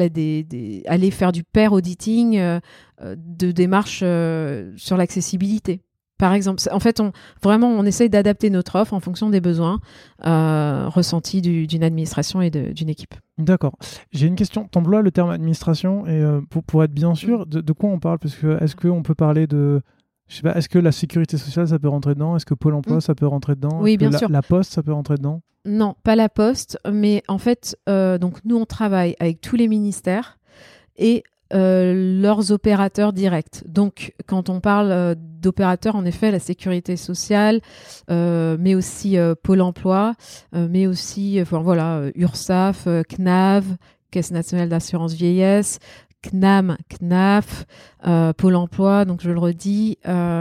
S2: aller faire du pair auditing, de démarches sur l'accessibilité. Par exemple, en fait, on essaye d'adapter notre offre en fonction des besoins ressentis d'une administration et d'une équipe.
S3: D'accord. J'ai une question. Tu emploies le terme administration et pour être bien sûr, de quoi on parle ? Parce que est-ce qu'on peut parler de... Je sais pas, est-ce que la sécurité sociale, ça peut rentrer dedans ? Est-ce que Pôle emploi, ça peut rentrer dedans ?
S2: Oui, bien sûr.
S3: La Poste, ça peut rentrer dedans ?
S2: Non, pas la Poste, mais en fait, donc nous, on travaille avec tous les ministères et leurs opérateurs directs. Donc, quand on parle d'opérateurs, en effet, la sécurité sociale, mais aussi Pôle emploi, mais aussi URSSAF, CNAV, Caisse nationale d'assurance vieillesse, CNAM, CNAF, Pôle emploi, donc je le redis,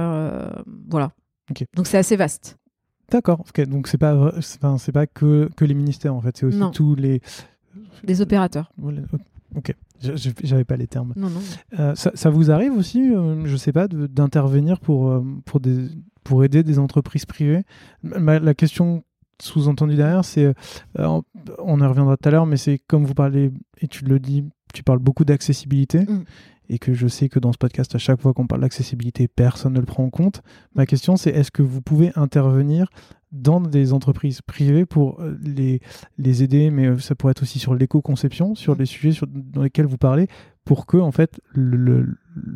S2: voilà.
S3: Okay.
S2: Donc, c'est assez vaste.
S3: D'accord. Okay. Donc, c'est pas que les ministères, en fait. C'est aussi tous les...
S2: Des opérateurs.
S3: Voilà. Ok, j'avais pas les termes.
S2: Non.
S3: Ça vous arrive aussi, je sais pas, d'intervenir pour aider des entreprises privées ? La question sous-entendue derrière, c'est, on y reviendra tout à l'heure, mais c'est comme vous parlez, et tu le dis, tu parles beaucoup d'accessibilité, et que je sais que dans ce podcast, à chaque fois qu'on parle d'accessibilité, personne ne le prend en compte. Ma question, c'est est-ce que vous pouvez intervenir dans des entreprises privées pour les aider, mais ça pourrait être aussi sur l'éco-conception, sur les sujets dans lesquels vous parlez, pour que en fait, le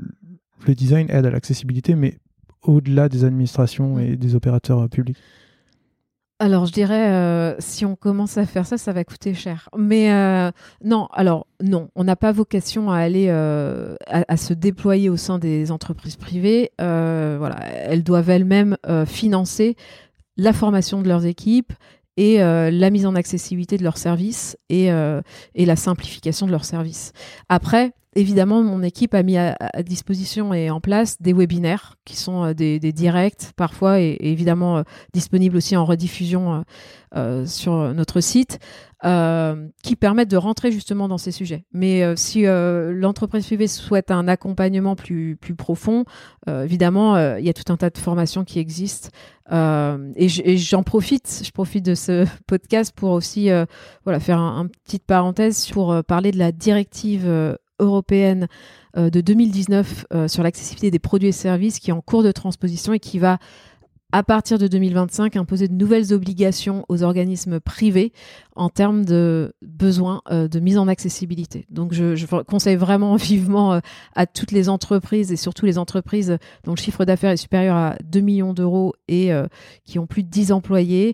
S3: design aide à l'accessibilité, mais au-delà des administrations et des opérateurs publics.
S2: Alors, je dirais, si on commence à faire ça, ça va coûter cher. Mais non, on n'a pas vocation à aller à se déployer au sein des entreprises privées. Elles doivent elles-mêmes financer la formation de leurs équipes et la mise en accessibilité de leurs services et la simplification de leurs services. Après, évidemment, mon équipe a mis à disposition et en place des webinaires qui sont des directs parfois et évidemment disponibles aussi en rediffusion sur notre site qui permettent de rentrer justement dans ces sujets. Mais si l'entreprise privée souhaite un accompagnement plus profond, évidemment, il y a tout un tas de formations qui existent. Et je profite de ce podcast pour aussi faire une petite parenthèse pour parler de la directive européenne de 2019 sur l'accessibilité des produits et services qui est en cours de transposition et qui va, à partir de 2025, imposer de nouvelles obligations aux organismes privés en termes de besoins de mise en accessibilité. Donc, je conseille vraiment vivement à toutes les entreprises et surtout les entreprises dont le chiffre d'affaires est supérieur à 2 millions d'euros et qui ont plus de 10 employés,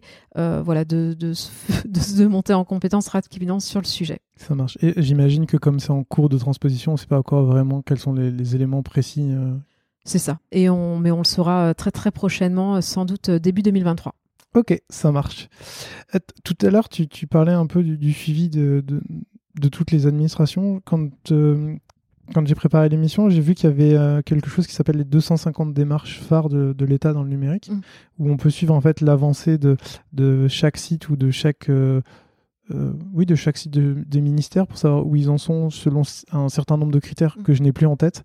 S2: de monter en compétences rapidement sur le sujet.
S3: Ça marche. Et j'imagine que comme c'est en cours de transposition, on ne sait pas encore vraiment quels sont les éléments précis.
S2: C'est ça. Mais on le saura très très prochainement, sans doute début 2023.
S3: Ok, ça marche. Tout à l'heure, tu parlais un peu du suivi de toutes les administrations. Quand j'ai préparé l'émission, j'ai vu qu'il y avait quelque chose qui s'appelle les 250 démarches phares de l'État dans le numérique, où on peut suivre en fait l'avancée de chaque site ou de chaque site des ministères pour savoir où ils en sont selon un certain nombre de critères que je n'ai plus en tête.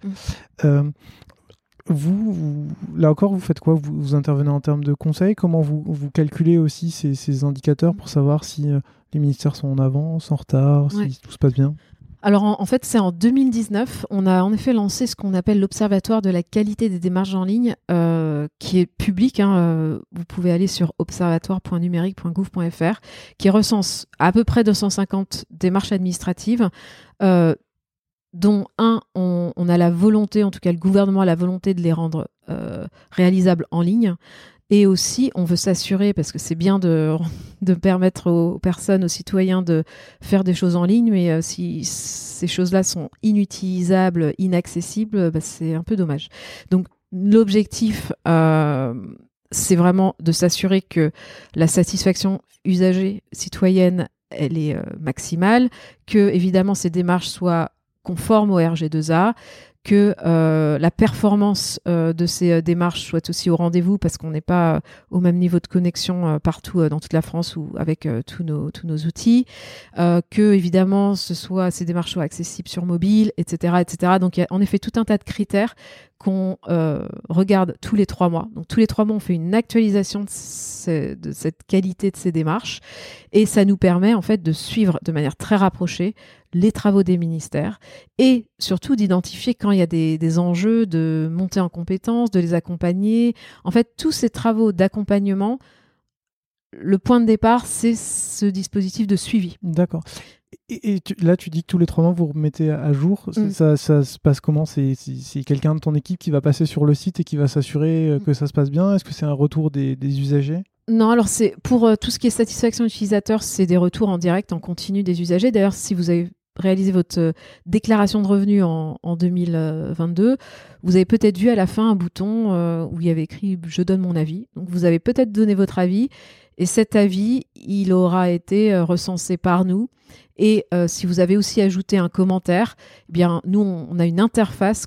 S3: Vous, là encore, vous faites quoi ? Vous intervenez en termes de conseils ? Comment vous calculez aussi ces indicateurs pour savoir si les ministères sont en avance, en retard, si tout se passe bien ?
S2: Alors en fait, c'est en 2019, on a en effet lancé ce qu'on appelle l'Observatoire de la qualité des démarches en ligne, qui est public. Vous pouvez aller sur observatoire.numérique.gouv.fr, qui recense à peu près 250 démarches administratives, dont on a la volonté, en tout cas le gouvernement a la volonté de les rendre réalisables en ligne. Et aussi, on veut s'assurer, parce que c'est bien de permettre aux personnes, aux citoyens de faire des choses en ligne, mais si ces choses-là sont inutilisables, inaccessibles, c'est un peu dommage. Donc l'objectif, c'est vraiment de s'assurer que la satisfaction usagée citoyenne, elle est maximale, que évidemment ces démarches soient conformes au RG2A, que la performance de ces démarches soit aussi au rendez-vous parce qu'on n'est pas au même niveau de connexion partout dans toute la France ou avec tous nos outils, que évidemment ces démarches soient accessibles sur mobile, etc., etc. Donc il y a en effet tout un tas de critères qu'on regarde tous les 3 mois. Donc tous les 3 mois, on fait une actualisation de cette qualité de ces démarches et ça nous permet en fait de suivre de manière très rapprochée les travaux des ministères et surtout d'identifier quand il y a des enjeux de monter en compétences, de les accompagner. En fait, tous ces travaux d'accompagnement, le point de départ, c'est ce dispositif de suivi.
S3: D'accord. Et là, tu dis que tous les 3 mois, vous remettez à jour. Ça se passe comment ? C'est quelqu'un de ton équipe qui va passer sur le site et qui va s'assurer que ça se passe bien ? Est-ce que c'est un retour des usagers ?
S2: Non, alors c'est pour tout ce qui est satisfaction utilisateur, c'est des retours en direct, en continu des usagers. D'ailleurs, si vous avez réalisé votre déclaration de revenus en 2022, vous avez peut-être vu à la fin un bouton où il y avait écrit « Je donne mon avis ». Donc, vous avez peut-être donné votre avis et cet avis, il aura été recensé par nous. Et si vous avez aussi ajouté un commentaire, eh bien, nous, on a une interface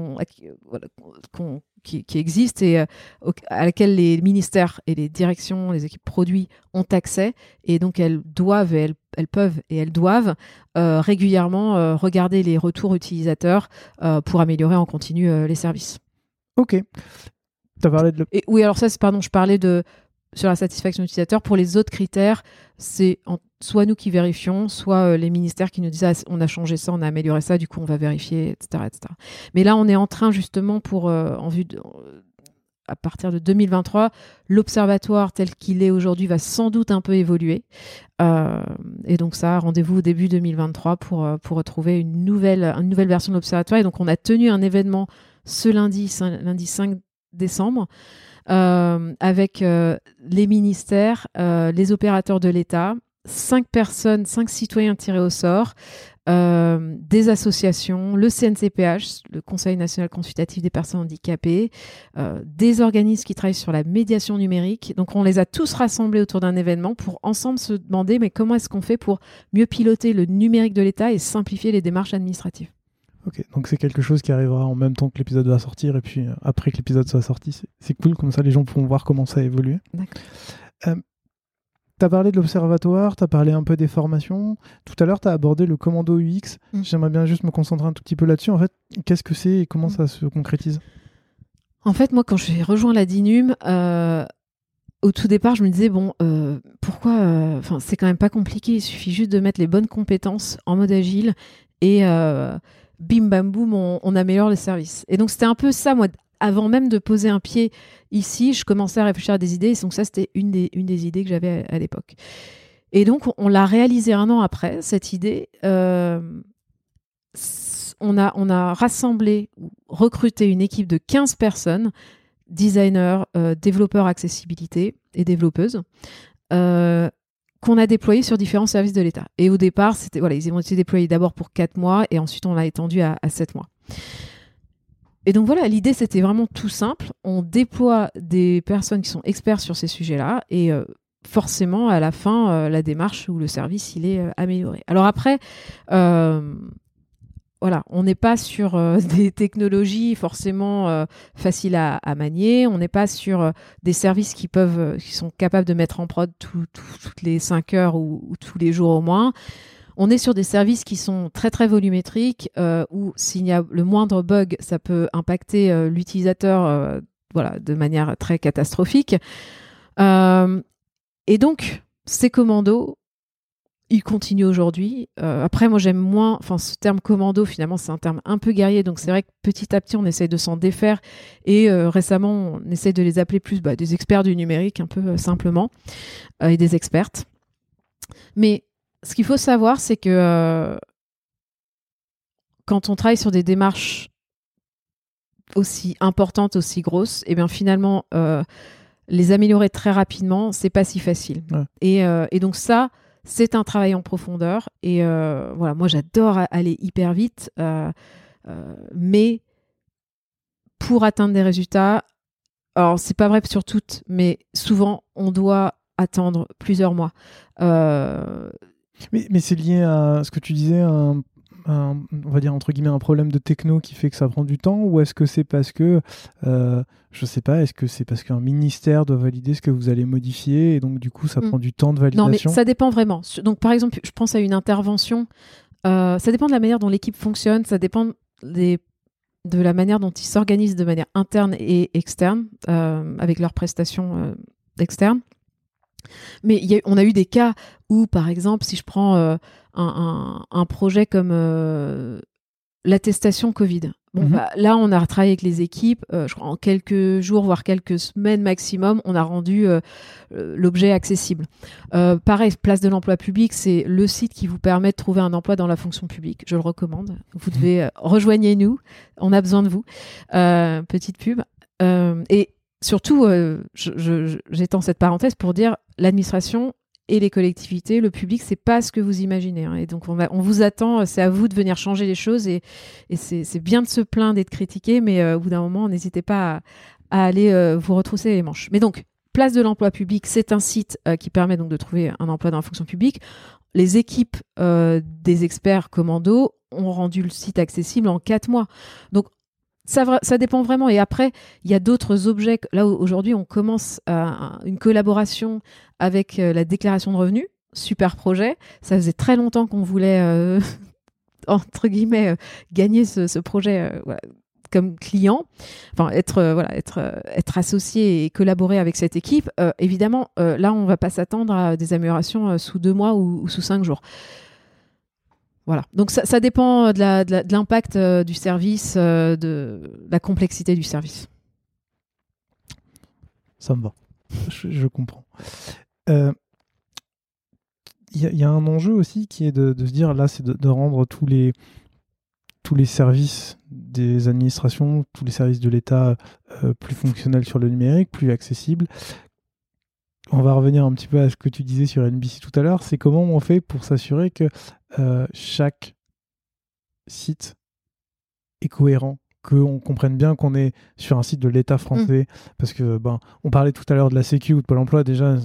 S2: qui existe et à laquelle les ministères et les directions, les équipes produits ont accès. Et donc, elles peuvent régulièrement regarder les retours utilisateurs pour améliorer en continu les services.
S3: Ok. Tu as parlé de...
S2: Oui, alors ça, je parlais sur la satisfaction utilisateur. Pour les autres critères, c'est soit nous qui vérifions, soit les ministères qui nous disent on a changé ça, on a amélioré ça, du coup on va vérifier, etc. etc. Mais là, on est en train justement en vue à partir de 2023, l'observatoire tel qu'il est aujourd'hui va sans doute un peu évoluer. Et donc ça, rendez-vous au début 2023 pour retrouver une nouvelle version de l'observatoire. Et donc on a tenu un événement ce lundi 5 décembre, avec les ministères, les opérateurs de l'État, 5 citoyens tirés au sort, des associations, le CNCPH, le Conseil national consultatif des personnes handicapées, des organismes qui travaillent sur la médiation numérique. Donc on les a tous rassemblés autour d'un événement pour ensemble se demander mais comment est-ce qu'on fait pour mieux piloter le numérique de l'État et simplifier les démarches administratives.
S3: Ok, donc c'est quelque chose qui arrivera en même temps que l'épisode va sortir et puis après que l'épisode soit sorti. C'est cool, comme ça les gens pourront voir comment ça a évolué.
S2: D'accord.
S3: Tu as parlé de l'observatoire, tu as parlé un peu des formations. Tout à l'heure, tu as abordé le commando UX. J'aimerais bien juste me concentrer un tout petit peu là-dessus. En fait, qu'est-ce que c'est et comment ça se concrétise?
S2: En fait, moi, quand j'ai rejoint la DINUM, au tout départ, je me disais, pourquoi c'est quand même pas compliqué, il suffit juste de mettre les bonnes compétences en mode agile et bim bam boum, on améliore le service. Et donc, c'était un peu ça, moi, avant même de poser un pied ici, je commençais à réfléchir à des idées. Et donc, ça, c'était une des idées que j'avais à l'époque. Et donc, on l'a réalisé 1 an après, cette idée. On a rassemblé, recruté une équipe de 15 personnes, designers, développeurs accessibilité et développeuses, qu'on a déployés sur différents services de l'État. Et au départ, ils ont été déployés d'abord pour 4 mois et ensuite on l'a étendu à 7 mois. Et donc voilà, l'idée c'était vraiment tout simple. On déploie des personnes qui sont experts sur ces sujets-là et forcément à la fin, la démarche ou le service il est amélioré. Alors après, on n'est pas sur des technologies forcément faciles à manier. On n'est pas sur des services qui sont capables de mettre en prod toutes les 5 heures ou tous les jours au moins. On est sur des services qui sont très très volumétriques où s'il y a le moindre bug, ça peut impacter l'utilisateur de manière très catastrophique. Et donc, ces commandos, ils continuent aujourd'hui. Après, moi, j'aime moins... ce terme commando, finalement, c'est un terme un peu guerrier. Donc, c'est vrai que petit à petit, on essaye de s'en défaire. Et récemment, on essaye de les appeler plus des experts du numérique, un peu simplement, et des expertes. Mais ce qu'il faut savoir, c'est que quand on travaille sur des démarches aussi importantes, aussi grosses, et bien finalement, les améliorer très rapidement, c'est pas si facile. Ouais. Et donc ça, c'est un travail en profondeur. Et moi, j'adore aller hyper vite, mais pour atteindre des résultats, alors c'est pas vrai sur toutes, mais souvent, on doit attendre plusieurs mois.
S3: Mais c'est lié à ce que tu disais, on va dire entre guillemets un problème de techno qui fait que ça prend du temps, ou est-ce que c'est parce que je sais pas, est-ce que c'est parce qu'un ministère doit valider ce que vous allez modifier et donc du coup ça prend du temps de validation?
S2: Non, mais ça dépend vraiment. Donc par exemple, je pense à une intervention, ça dépend de la manière dont l'équipe fonctionne, ça dépend de la manière dont ils s'organisent de manière interne et externe avec leurs prestations externes. Mais on a eu des cas où, par exemple, si je prends un projet comme l'attestation Covid, là, on a travaillé avec les équipes, je crois en quelques jours, voire quelques semaines maximum, on a rendu l'objet accessible. Pareil, Place de l'emploi public, c'est le site qui vous permet de trouver un emploi dans la fonction publique. Je le recommande. Vous devez rejoignez-nous, on a besoin de vous. Petite pub. Et surtout, j'étends cette parenthèse pour dire l'administration et les collectivités, le public, c'est pas ce que vous imaginez. Hein. Et donc, on vous attend, c'est à vous de venir changer les choses. Et c'est bien de se plaindre et de critiquer, mais au bout d'un moment, n'hésitez pas à aller vous retrousser les manches. Mais donc, Place de l'emploi public, c'est un site qui permet donc de trouver un emploi dans la fonction publique. Les équipes des experts commando ont rendu le site accessible en 4 mois. Donc, ça dépend vraiment. Et après, il y a d'autres objets. Là, aujourd'hui, on commence une collaboration avec la déclaration de revenus. Super projet. Ça faisait très longtemps qu'on voulait, entre guillemets, gagner ce projet comme client. Enfin, être associé et collaborer avec cette équipe. Évidemment, là, on ne va pas s'attendre à des améliorations sous 2 mois ou sous 5 jours. Voilà. Donc ça dépend de l'impact du service, de la complexité du service.
S3: Ça me va. Je comprends. Il y a un enjeu aussi qui est de se dire, là, c'est de rendre tous les services des administrations, tous les services de l'État plus fonctionnels sur le numérique, plus accessibles. On va revenir un petit peu à ce que tu disais sur NBC tout à l'heure. C'est comment on fait pour s'assurer que chaque site est cohérent qu'on comprenne bien qu'on est sur un site de l'État français, parce que on parlait tout à l'heure de la Sécu ou de Pôle emploi, déjà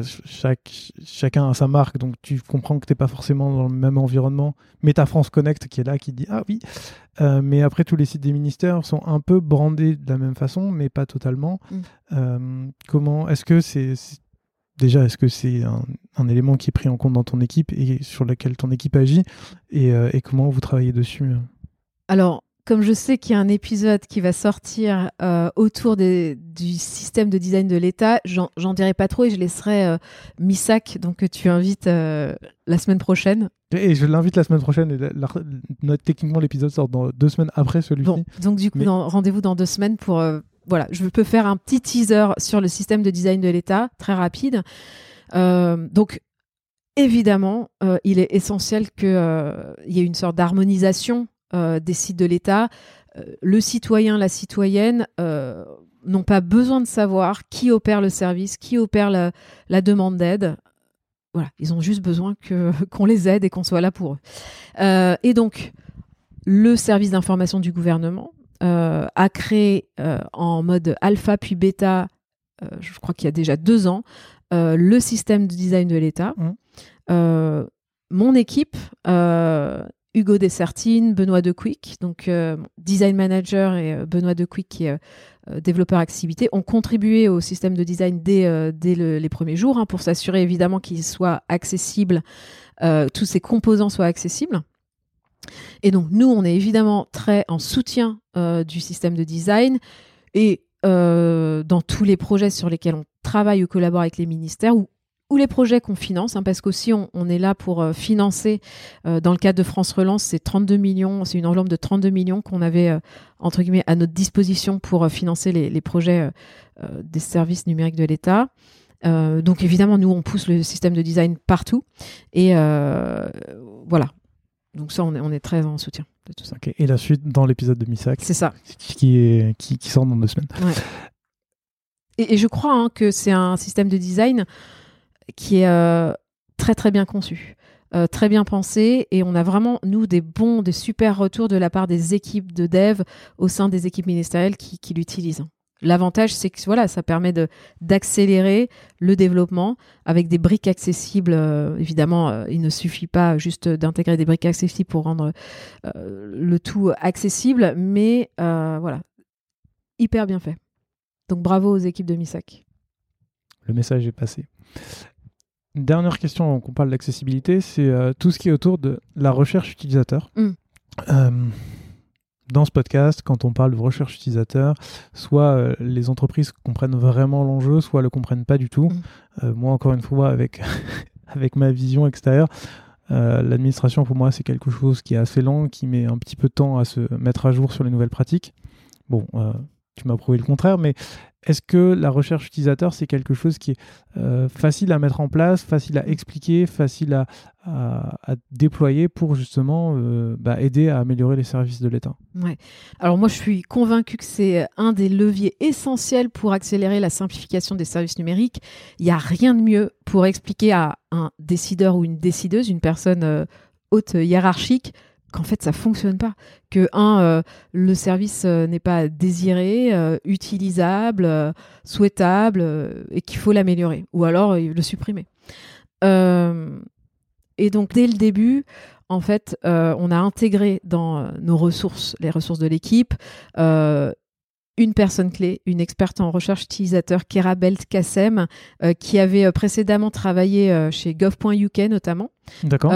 S3: chacun a sa marque, donc tu comprends que tu n'es pas forcément dans le même environnement, mais tu as France Connect qui est là, qui dit ah oui, mais après tous les sites des ministères sont un peu brandés de la même façon, mais pas totalement. Comment est-ce que est-ce que c'est un élément qui est pris en compte dans ton équipe et sur lequel ton équipe agit, et comment vous travaillez dessus?
S2: Alors, comme je sais qu'il y a un épisode qui va sortir autour du système de design de l'État, j'en dirai pas trop et je laisserai Missak, donc que tu invites la semaine prochaine.
S3: Et je l'invite la semaine prochaine. Et techniquement, l'épisode sort dans 2 semaines après celui-ci.
S2: Bon, donc du coup, rendez-vous dans 2 semaines pour... voilà, je peux faire un petit teaser sur le système de design de l'État, très rapide. Donc, évidemment, il est essentiel qu'il y ait une sorte d'harmonisation des sites de l'État. Le citoyen, la citoyenne n'ont pas besoin de savoir qui opère le service, qui opère la demande d'aide. Voilà, ils ont juste besoin qu'on les aide et qu'on soit là pour eux. Et donc, le service d'information du gouvernement a créé en mode alpha puis bêta, je crois qu'il y a déjà 2 ans, le système de design de l'État. Mon équipe... Hugo Dessertine, Benoît Dequick, donc design manager, et Benoît Dequick qui est développeur accessibilité, ont contribué au système de design dès les premiers jours, pour s'assurer évidemment qu'il soit accessible, tous ces composants soient accessibles. Et donc nous, on est évidemment très en soutien du système de design, et dans tous les projets sur lesquels on travaille ou collabore avec les ministères, ou les projets qu'on finance, parce qu'aussi on est là pour financer, dans le cadre de France Relance, c'est 32 millions, c'est une enveloppe de 32 millions qu'on avait entre guillemets à notre disposition pour financer les projets des services numériques de l'État. Donc évidemment, nous on pousse le système de design partout, et voilà. Donc ça, on est très en soutien de tout ça.
S3: Okay. Et la suite dans l'épisode de Missak.
S2: C'est ça.
S3: Qui sort dans 2 semaines.
S2: Ouais. Et je crois que c'est un système de design qui est très très bien conçu, très bien pensé, et on a vraiment, nous, des super retours de la part des équipes de dev au sein des équipes ministérielles qui l'utilisent. L'avantage, c'est que voilà, ça permet d'accélérer le développement avec des briques accessibles. Évidemment, il ne suffit pas juste d'intégrer des briques accessibles pour rendre le tout accessible, mais voilà, hyper bien fait. Donc bravo aux équipes de Missak.
S3: Le message est passé. Dernière question, qu'on parle d'accessibilité, c'est tout ce qui est autour de la recherche utilisateur. Dans ce podcast, quand on parle de recherche utilisateur, soit les entreprises comprennent vraiment l'enjeu, soit le comprennent pas du tout. Moi, encore une fois, avec ma vision extérieure, l'administration, pour moi, c'est quelque chose qui est assez lent, qui met un petit peu de temps à se mettre à jour sur les nouvelles pratiques. Bon, tu m'as prouvé le contraire, mais est-ce que la recherche utilisateur, c'est quelque chose qui est facile à mettre en place, facile à expliquer, facile à déployer pour justement aider à améliorer les services de l'État?
S2: Ouais. Alors moi, je suis convaincue que c'est un des leviers essentiels pour accélérer la simplification des services numériques. Il n'y a rien de mieux pour expliquer à un décideur ou une décideuse, une personne haute hiérarchique, qu'en fait, ça ne fonctionne pas. Que, le service n'est pas désiré, utilisable, souhaitable, et qu'il faut l'améliorer. Ou alors le supprimer. Et donc, dès le début, en fait, on a intégré dans nos ressources, les ressources de l'équipe, une personne clé, une experte en recherche utilisateur, Kera Belt-Kassem, qui avait précédemment travaillé chez gov.uk notamment.
S3: D'accord.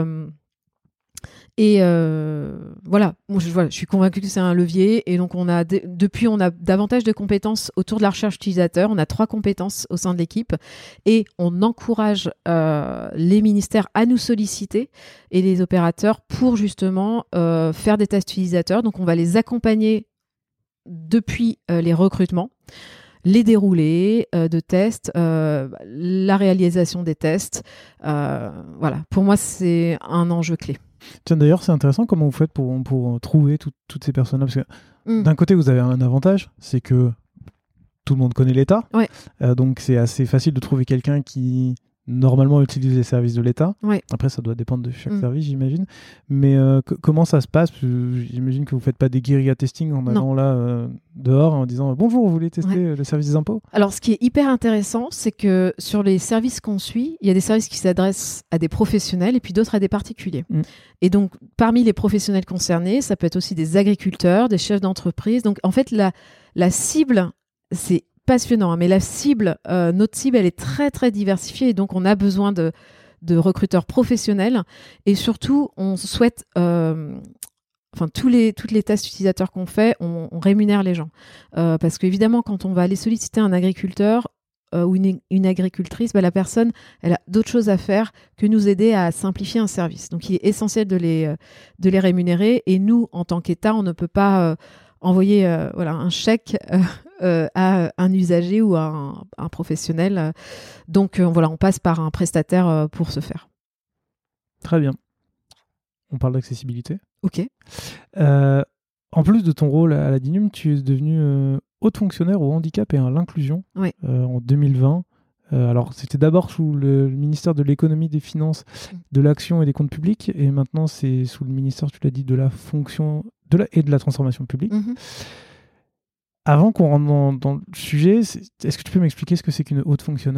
S2: Et voilà, je suis convaincue que c'est un levier. Et donc, depuis, on a davantage de compétences autour de la recherche utilisateur. On a 3 compétences au sein de l'équipe. Et on encourage les ministères à nous solliciter et les opérateurs pour justement faire des tests utilisateurs. Donc, on va les accompagner depuis les recrutements, les déroulés de tests, la réalisation des tests. Voilà, pour moi, c'est un enjeu clé.
S3: Tiens, d'ailleurs, c'est intéressant comment vous faites pour trouver toutes ces personnes-là. Parce que d'un côté, vous avez un avantage, c'est que tout le monde connaît l'État.
S2: Ouais.
S3: Donc, c'est assez facile de trouver quelqu'un qui normalement utilisent les services de l'État.
S2: Ouais.
S3: Après, ça doit dépendre de chaque service, j'imagine. Mais comment ça se passe? J'imagine que vous ne faites pas des guérilla testing en allant là dehors en disant « Bonjour, vous voulez tester le service des impôts ?»
S2: Alors, ce qui est hyper intéressant, c'est que sur les services qu'on suit, il y a des services qui s'adressent à des professionnels et puis d'autres à des particuliers. Et donc, parmi les professionnels concernés, ça peut être aussi des agriculteurs, des chefs d'entreprise. Donc, en fait, la cible, c'est passionnant, mais la cible, notre cible, elle est très, très diversifiée et donc on a besoin de recruteurs professionnels et surtout, on souhaite... toutes les tests utilisateurs qu'on fait, on rémunère les gens. Parce qu'évidemment, quand on va aller solliciter un agriculteur ou une agricultrice, la personne, elle a d'autres choses à faire que nous aider à simplifier un service. Donc, il est essentiel de les rémunérer. Et nous, en tant qu'État, on ne peut pas envoyer un chèque à un usager ou à un professionnel. Donc, on passe par un prestataire pour ce faire.
S3: Très bien. On parle d'accessibilité.
S2: Ok.
S3: En plus de ton rôle à la DINUM, tu es devenue haute fonctionnaire au handicap et à l'inclusion en 2020. Alors, c'était d'abord sous le ministère de l'économie, des finances, de l'action et des comptes publics. Et maintenant, c'est sous le ministère, tu l'as dit, de la fonction et de la transformation publique. Avant qu'on rentre dans le sujet, est-ce que tu peux m'expliquer ce que c'est qu'une haute fonctionnaire ?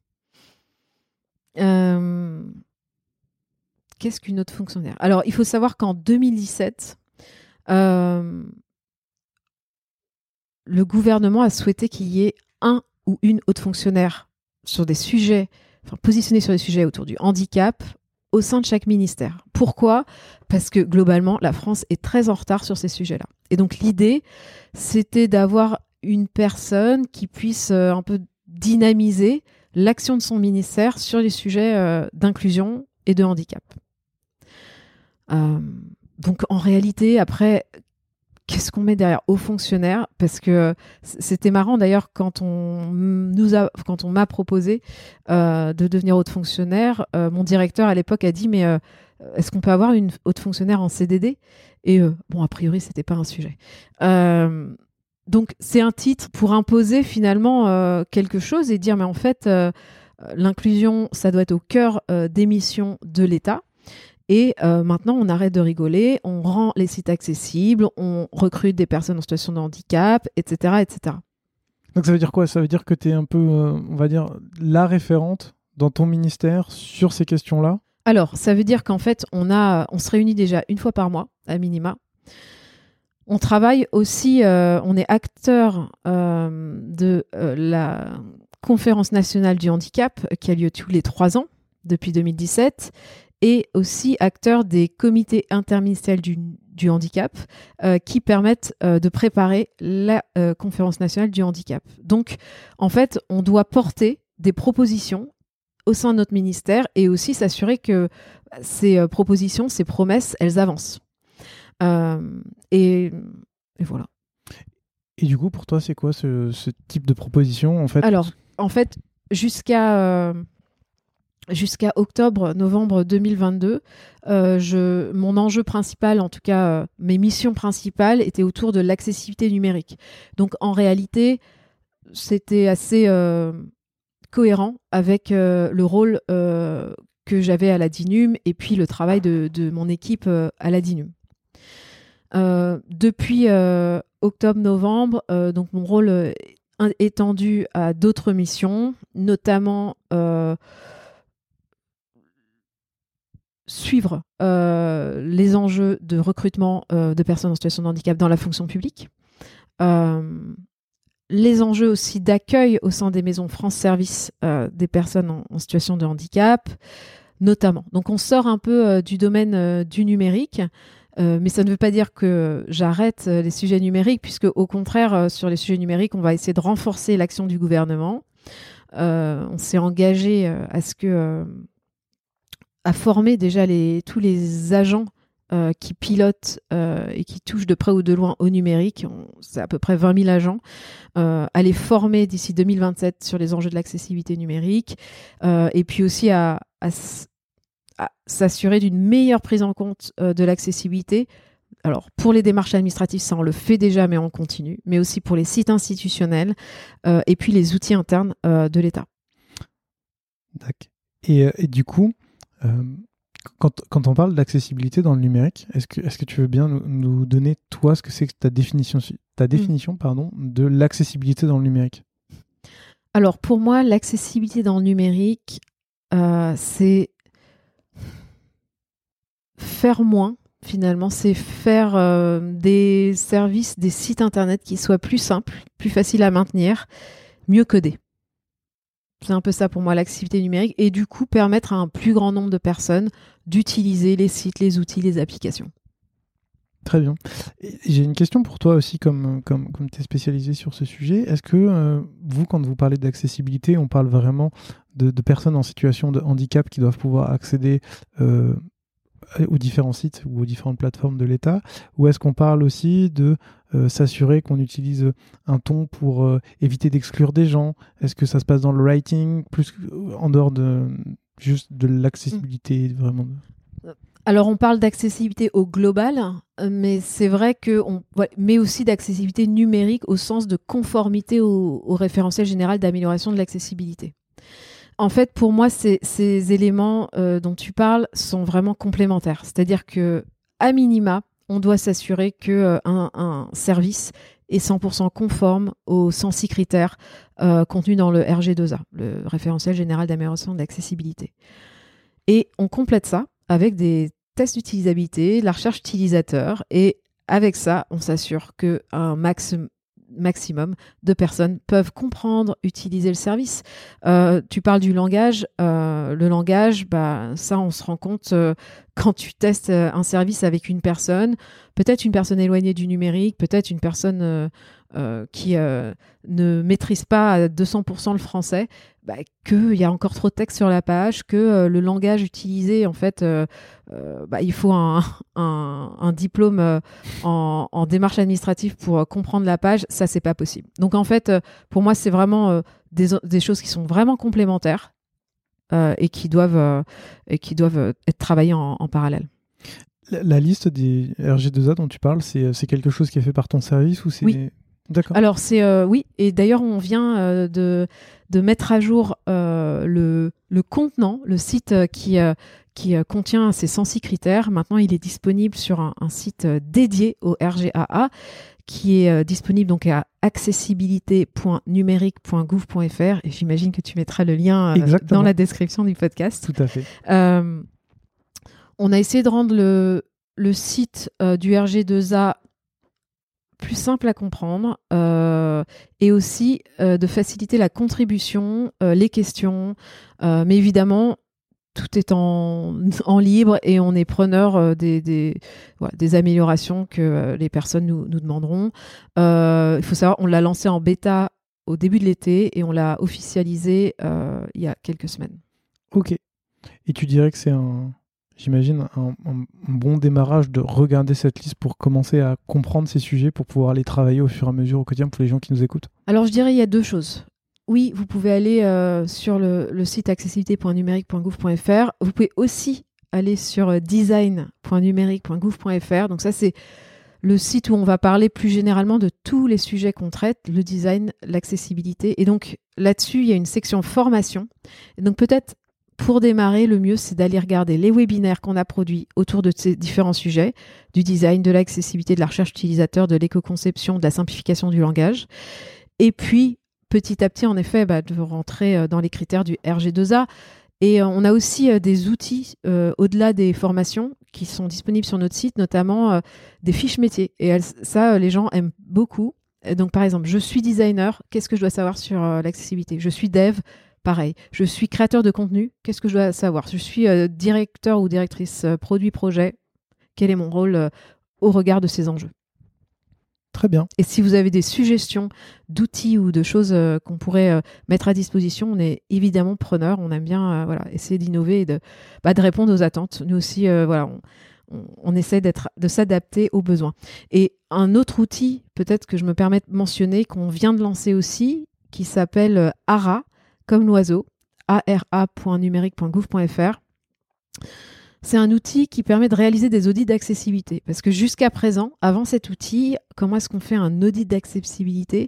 S2: Qu'est-ce qu'une haute fonctionnaire ? Alors, il faut savoir qu'en 2017, le gouvernement a souhaité qu'il y ait un ou une haute fonctionnaire sur des sujets, positionnée sur des sujets autour du handicap au sein de chaque ministère. Pourquoi ? Parce que globalement, la France est très en retard sur ces sujets-là. Et donc, l'idée, c'était d'avoir une personne qui puisse un peu dynamiser l'action de son ministère sur les sujets d'inclusion et de handicap. Donc en réalité, après, qu'est-ce qu'on met derrière haut fonctionnaire ? Parce que c'était marrant d'ailleurs quand on m'a proposé de devenir haute fonctionnaire, mon directeur à l'époque a dit mais est-ce qu'on peut avoir une haute fonctionnaire en CDD ? Et a priori c'était pas un sujet. Donc c'est un titre pour imposer finalement quelque chose et dire mais en fait l'inclusion ça doit être au cœur des missions de l'État. Et maintenant, on arrête de rigoler, on rend les sites accessibles, on recrute des personnes en situation de handicap, etc., etc.
S3: Donc ça veut dire quoi ? Ça veut dire que tu es un peu, on va dire, la référente dans ton ministère sur ces questions-là ?
S2: Alors, ça veut dire qu'en fait, on se réunit déjà une fois par mois, à minima. On travaille aussi, on est acteur de la Conférence nationale du handicap qui a lieu tous les 3 ans, depuis 2017. Et aussi acteur des comités interministériels du handicap qui permettent de préparer la conférence nationale du handicap. Donc, en fait, on doit porter des propositions au sein de notre ministère et aussi s'assurer que ces propositions, ces promesses, elles avancent. Et voilà.
S3: Et du coup, pour toi, c'est quoi ce type de proposition en fait ?
S2: Alors, en fait, jusqu'à octobre-novembre 2022, mon enjeu principal, en tout cas mes missions principales, étaient autour de l'accessibilité numérique. Donc en réalité, c'était assez cohérent avec le rôle que j'avais à la DINUM et puis le travail de mon équipe à la DINUM. Depuis octobre-novembre, donc mon rôle est étendu à d'autres missions, notamment suivre les enjeux de recrutement de personnes en situation de handicap dans la fonction publique, les enjeux aussi d'accueil au sein des maisons France Service des personnes en situation de handicap, notamment. Donc on sort un peu du domaine du numérique, mais ça ne veut pas dire que j'arrête les sujets numériques, puisque au contraire, sur les sujets numériques, on va essayer de renforcer l'action du gouvernement. On s'est engagé à former déjà tous les agents qui pilotent et qui touchent de près ou de loin au numérique. C'est à peu près 20 000 agents. À les former d'ici 2027 sur les enjeux de l'accessibilité numérique. Et puis aussi à s'assurer d'une meilleure prise en compte de l'accessibilité. Alors, pour les démarches administratives, ça on le fait déjà, mais on continue. Mais aussi pour les sites institutionnels et puis les outils internes de l'État.
S3: D'accord. Et du coup, quand on parle d'accessibilité dans le numérique, est-ce que tu veux bien nous donner, toi, ce que c'est que ta définition de l'accessibilité dans le numérique ?
S2: Alors, pour moi, l'accessibilité dans le numérique, c'est faire moins, finalement. C'est faire des services, des sites Internet qui soient plus simples, plus faciles à maintenir, mieux codés. C'est un peu ça pour moi, l'accessibilité numérique. Et du coup, permettre à un plus grand nombre de personnes d'utiliser les sites, les outils, les applications.
S3: Très bien. Et j'ai une question pour toi aussi, comme tu es spécialisé sur ce sujet. Est-ce que vous, quand vous parlez d'accessibilité, on parle vraiment de personnes en situation de handicap qui doivent pouvoir accéder aux différents sites ou aux différentes plateformes de l'État, ou est-ce qu'on parle aussi de s'assurer qu'on utilise un ton pour éviter d'exclure des gens ? Est-ce que ça se passe dans le writing, plus en dehors de juste de l'accessibilité vraiment
S2: Alors, on parle d'accessibilité au global, mais c'est vrai mais aussi d'accessibilité numérique au sens de conformité au référentiel général d'amélioration de l'accessibilité. En fait, pour moi, ces éléments dont tu parles sont vraiment complémentaires. C'est-à-dire qu'à minima, on doit s'assurer qu'un service est 100% conforme aux 106 critères contenus dans le RG2A, le référentiel général d'amélioration de l'accessibilité. Et on complète ça avec des tests d'utilisabilité, la recherche utilisateur, et avec ça, on s'assure qu'un maximum de personnes peuvent comprendre, utiliser le service. Tu parles du langage. Le langage, ça, on se rend compte quand tu testes un service avec une personne, peut-être une personne éloignée du numérique, peut-être une personne qui ne maîtrise pas à 200% le français, qu'il y a encore trop de texte sur la page, que le langage utilisé, en fait, il faut un diplôme en démarche administrative pour comprendre la page. Ça, c'est pas possible. Donc, en fait, pour moi, c'est vraiment des choses qui sont vraiment complémentaires et qui doivent être travaillées en parallèle.
S3: La liste des RG2A dont tu parles, c'est quelque chose qui est fait par ton service ou c'est...
S2: Oui.
S3: D'accord.
S2: Alors, oui, et d'ailleurs, on vient de mettre à jour le contenant, le site qui contient ces 106 critères. Maintenant, il est disponible sur un site dédié au RGAA qui est disponible donc à accessibilité.numérique.gouv.fr, et j'imagine que tu mettras le lien dans la description du podcast.
S3: Tout à fait.
S2: On a essayé de rendre le site du RG2A plus simple à comprendre et aussi de faciliter la contribution, les questions. Mais évidemment, tout est en libre et on est preneur des améliorations que les personnes nous demanderont. Il faut savoir, on l'a lancé en bêta au début de l'été et on l'a officialisé il y a quelques semaines.
S3: Ok. Et tu dirais que c'est j'imagine un bon démarrage de regarder cette liste pour commencer à comprendre ces sujets, pour pouvoir les travailler au fur et à mesure au quotidien pour les gens qui nous écoutent?
S2: Alors je dirais il y a deux choses. Oui, vous pouvez aller sur le site accessibilité.numérique.gouv.fr. Vous pouvez aussi aller sur design.numérique.gouv.fr. Donc ça, c'est le site où on va parler plus généralement de tous les sujets qu'on traite, le design, l'accessibilité. Et donc là-dessus, il y a une section formation. Et donc peut-être pour démarrer, le mieux, c'est d'aller regarder les webinaires qu'on a produits autour de ces différents sujets, du design, de l'accessibilité, de la recherche utilisateur, de l'éco-conception, de la simplification du langage. Et puis, petit à petit, en effet, de rentrer dans les critères du RG2A. Et on a aussi des outils au-delà des formations qui sont disponibles sur notre site, notamment des fiches métiers. Et ça, les gens aiment beaucoup. Et donc, par exemple, je suis designer, qu'est-ce que je dois savoir sur l'accessibilité ? Je suis dev, pareil. Je suis créateur de contenu, qu'est-ce que je dois savoir ? Je suis directeur ou directrice produit-projet, quel est mon rôle au regard de ces enjeux ?
S3: Très bien.
S2: Et si vous avez des suggestions d'outils ou de choses qu'on pourrait mettre à disposition, on est évidemment preneur. On aime bien essayer d'innover et de répondre aux attentes. Nous aussi, on essaie de s'adapter aux besoins. Et un autre outil, peut-être que je me permets de mentionner, qu'on vient de lancer aussi, qui s'appelle ARA, comme l'oiseau, ara.numérique.gouv.fr. C'est un outil qui permet de réaliser des audits d'accessibilité. Parce que jusqu'à présent, avant cet outil, comment est-ce qu'on fait un audit d'accessibilité ?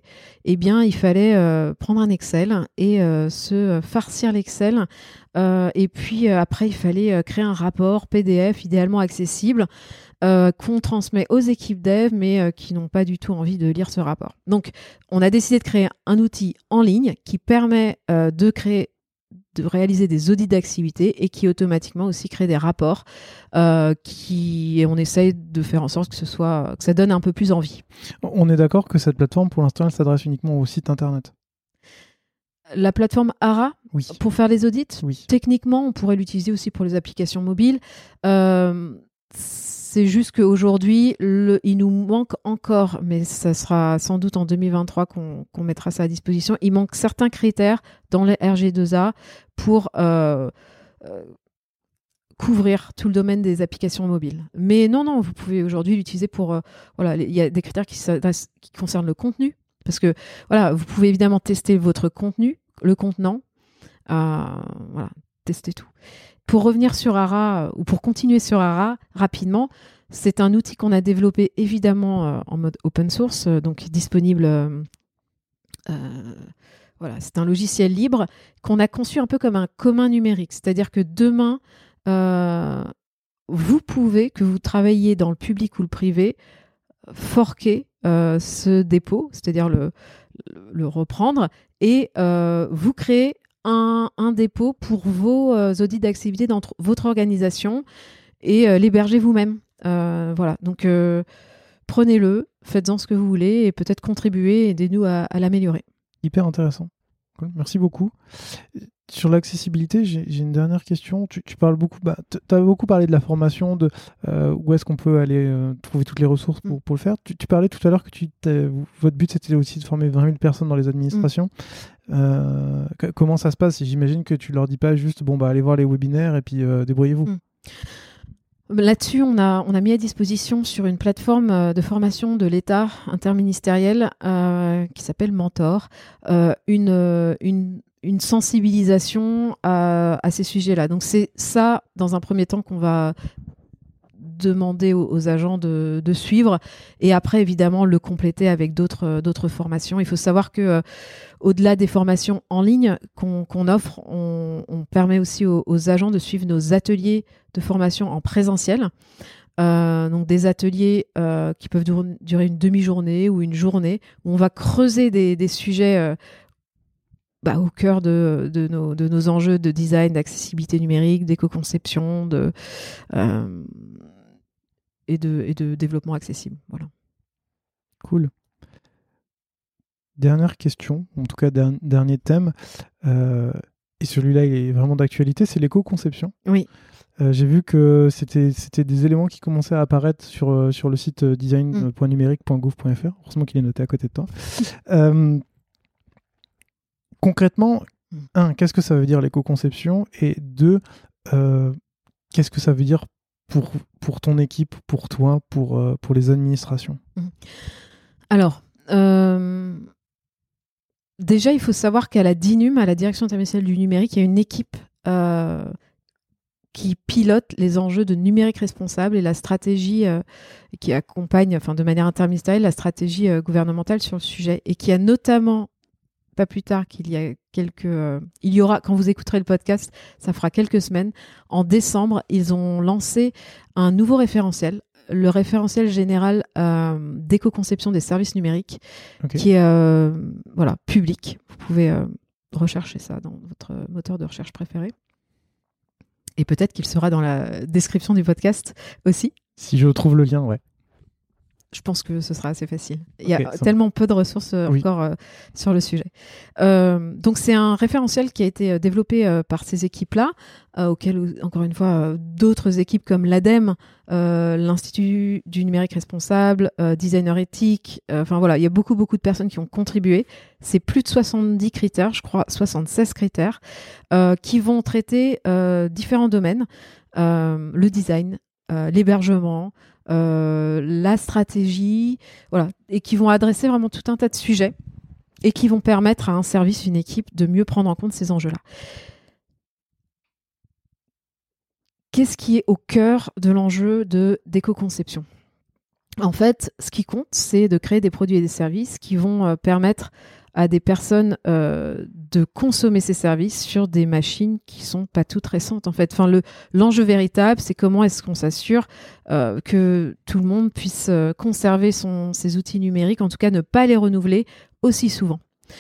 S2: Eh bien, il fallait prendre un Excel et se farcir l'Excel. Et puis après, il fallait créer un rapport PDF idéalement accessible qu'on transmet aux équipes dev, mais qui n'ont pas du tout envie de lire ce rapport. Donc, on a décidé de créer un outil en ligne qui permet de réaliser des audits d'accessibilité et qui automatiquement aussi crée des rapports et on essaye de faire en sorte que ça donne un peu plus envie.
S3: On est d'accord que cette plateforme, pour l'instant, elle s'adresse uniquement au site internet.
S2: La plateforme ARA,
S3: oui.
S2: Pour faire les audits,
S3: oui.
S2: Techniquement, on pourrait l'utiliser aussi pour les applications mobiles. C'est juste qu'aujourd'hui, il nous manque encore, mais ça sera sans doute en 2023 qu'on mettra ça à disposition, il manque certains critères dans les RG2A pour couvrir tout le domaine des applications mobiles. Mais non, vous pouvez aujourd'hui l'utiliser pour... il y a des critères qui concernent le contenu, parce que vous pouvez évidemment tester votre contenu, le contenant, tester tout. Pour revenir sur ARA, ou pour continuer sur ARA rapidement, c'est un outil qu'on a développé évidemment en mode open source, donc disponible. C'est un logiciel libre qu'on a conçu un peu comme un commun numérique. C'est-à-dire que demain, vous pouvez, que vous travailliez dans le public ou le privé, forquer ce dépôt, c'est-à-dire le reprendre, et vous créer un dépôt pour vos audits d'accessibilité dans votre organisation et l'héberger vous-même. Donc prenez-le, faites-en ce que vous voulez et peut-être contribuer, aidez-nous à l'améliorer.
S3: Hyper intéressant. Cool. Merci beaucoup. Sur l'accessibilité, j'ai une dernière question. Tu parles beaucoup, tu as beaucoup parlé de la formation, de où est-ce qu'on peut aller trouver toutes les ressources pour le faire. Tu parlais tout à l'heure que votre but c'était aussi de former 20 000 personnes dans les administrations. Comment ça se passe ? J'imagine que tu leur dis pas juste allez voir les webinaires et puis débrouillez-vous.
S2: Là-dessus, on a mis à disposition sur une plateforme de formation de l'État interministériel qui s'appelle Mentor une sensibilisation à ces sujets-là. Donc c'est ça, dans un premier temps, qu'on va demander aux agents de suivre et après, évidemment, le compléter avec d'autres formations. Il faut savoir que au-delà des formations en ligne qu'on offre, on permet aussi aux agents de suivre nos ateliers de formation en présentiel. Donc des ateliers qui peuvent durer une demi-journée ou une journée où on va creuser des sujets au cœur de nos enjeux de design, d'accessibilité numérique, d'éco-conception et de développement accessible. Voilà.
S3: Cool. Dernière question, en tout cas dernier thème, et celui-là il est vraiment d'actualité, c'est l'éco-conception.
S2: Oui.
S3: J'ai vu que c'était des éléments qui commençaient à apparaître sur le site design.numérique.gouv.fr. Heureusement qu'il est noté à côté de toi. Concrètement, qu'est-ce que ça veut dire l'éco-conception ? Et deux, qu'est-ce que ça veut dire pour ton équipe, pour toi, pour les administrations ?
S2: Alors, déjà, il faut savoir qu'à la DINUM, à la Direction interministérielle du numérique, il y a une équipe qui pilote les enjeux de numérique responsable et la stratégie qui accompagne, de manière interministérielle, la stratégie gouvernementale sur le sujet et qui a notamment, pas plus tard qu'il y a il y aura, quand vous écouterez le podcast, ça fera quelques semaines, en décembre, ils ont lancé un nouveau référentiel, le référentiel général d'éco-conception des services numériques, qui est public. Vous pouvez rechercher ça dans votre moteur de recherche préféré. Et peut-être qu'il sera dans la description du podcast aussi.
S3: Si je trouve le lien, ouais.
S2: Je pense que ce sera assez facile. Il y a tellement peu de ressources encore sur le sujet. Donc, c'est un référentiel qui a été développé par ces équipes-là, auxquelles, encore une fois, d'autres équipes comme l'ADEME, l'Institut du numérique responsable, Designer éthique, il y a beaucoup de personnes qui ont contribué. C'est plus de 70 critères, je crois 76 critères, qui vont traiter différents domaines, le design, l'hébergement, la stratégie, et qui vont adresser vraiment tout un tas de sujets et qui vont permettre à un service, une équipe, de mieux prendre en compte ces enjeux-là. qu'est-ce qui est au cœur de l'enjeu d'éco-conception ? En fait, ce qui compte, c'est de créer des produits et des services qui vont permettre à des personnes de consommer ces services sur des machines qui sont pas toutes récentes. En fait, l'enjeu véritable, c'est comment est-ce qu'on s'assure que tout le monde puisse conserver ses outils numériques, en tout cas ne pas les renouveler aussi souvent.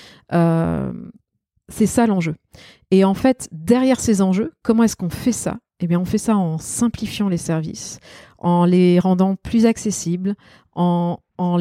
S2: C'est ça l'enjeu. Et en fait, derrière ces enjeux, comment est-ce qu'on fait ça ? Eh bien, on fait ça en simplifiant les services, en les rendant plus accessibles, en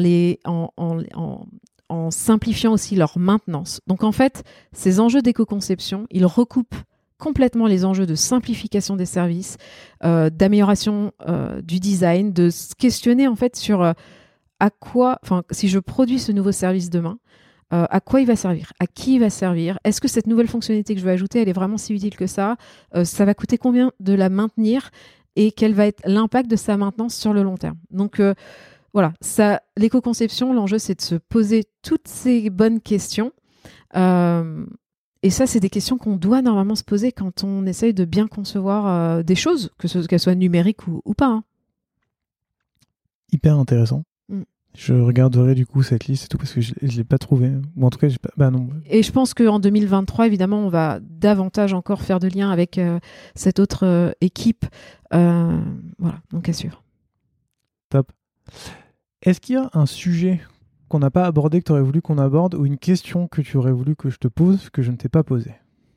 S2: simplifiant aussi leur maintenance. Donc en fait, ces enjeux d'éco-conception, ils recoupent complètement les enjeux de simplification des services, d'amélioration du design, de se questionner en fait sur si je produis ce nouveau service demain, à quoi il va servir, à qui il va servir, est-ce que cette nouvelle fonctionnalité que je vais ajouter, elle est vraiment si utile que ça, ça va coûter combien de la maintenir et quel va être l'impact de sa maintenance sur le long terme. Donc voilà, l'éco-conception, l'enjeu, c'est de se poser toutes ces bonnes questions. Et ça, c'est des questions qu'on doit normalement se poser quand on essaye de bien concevoir des choses, qu'elles soient numériques ou pas. Hein.
S3: Hyper intéressant. Je regarderai du coup cette liste et tout parce que je ne l'ai pas trouvée. Ou en tout cas, non.
S2: Et je pense qu'en 2023, évidemment, on va davantage encore faire de liens avec cette autre équipe. Voilà, donc à suivre.
S3: Top. Est-ce qu'il y a un sujet qu'on n'a pas abordé, que tu aurais voulu qu'on aborde, ou une question que tu aurais voulu que je te pose, que je ne t'ai pas posée ?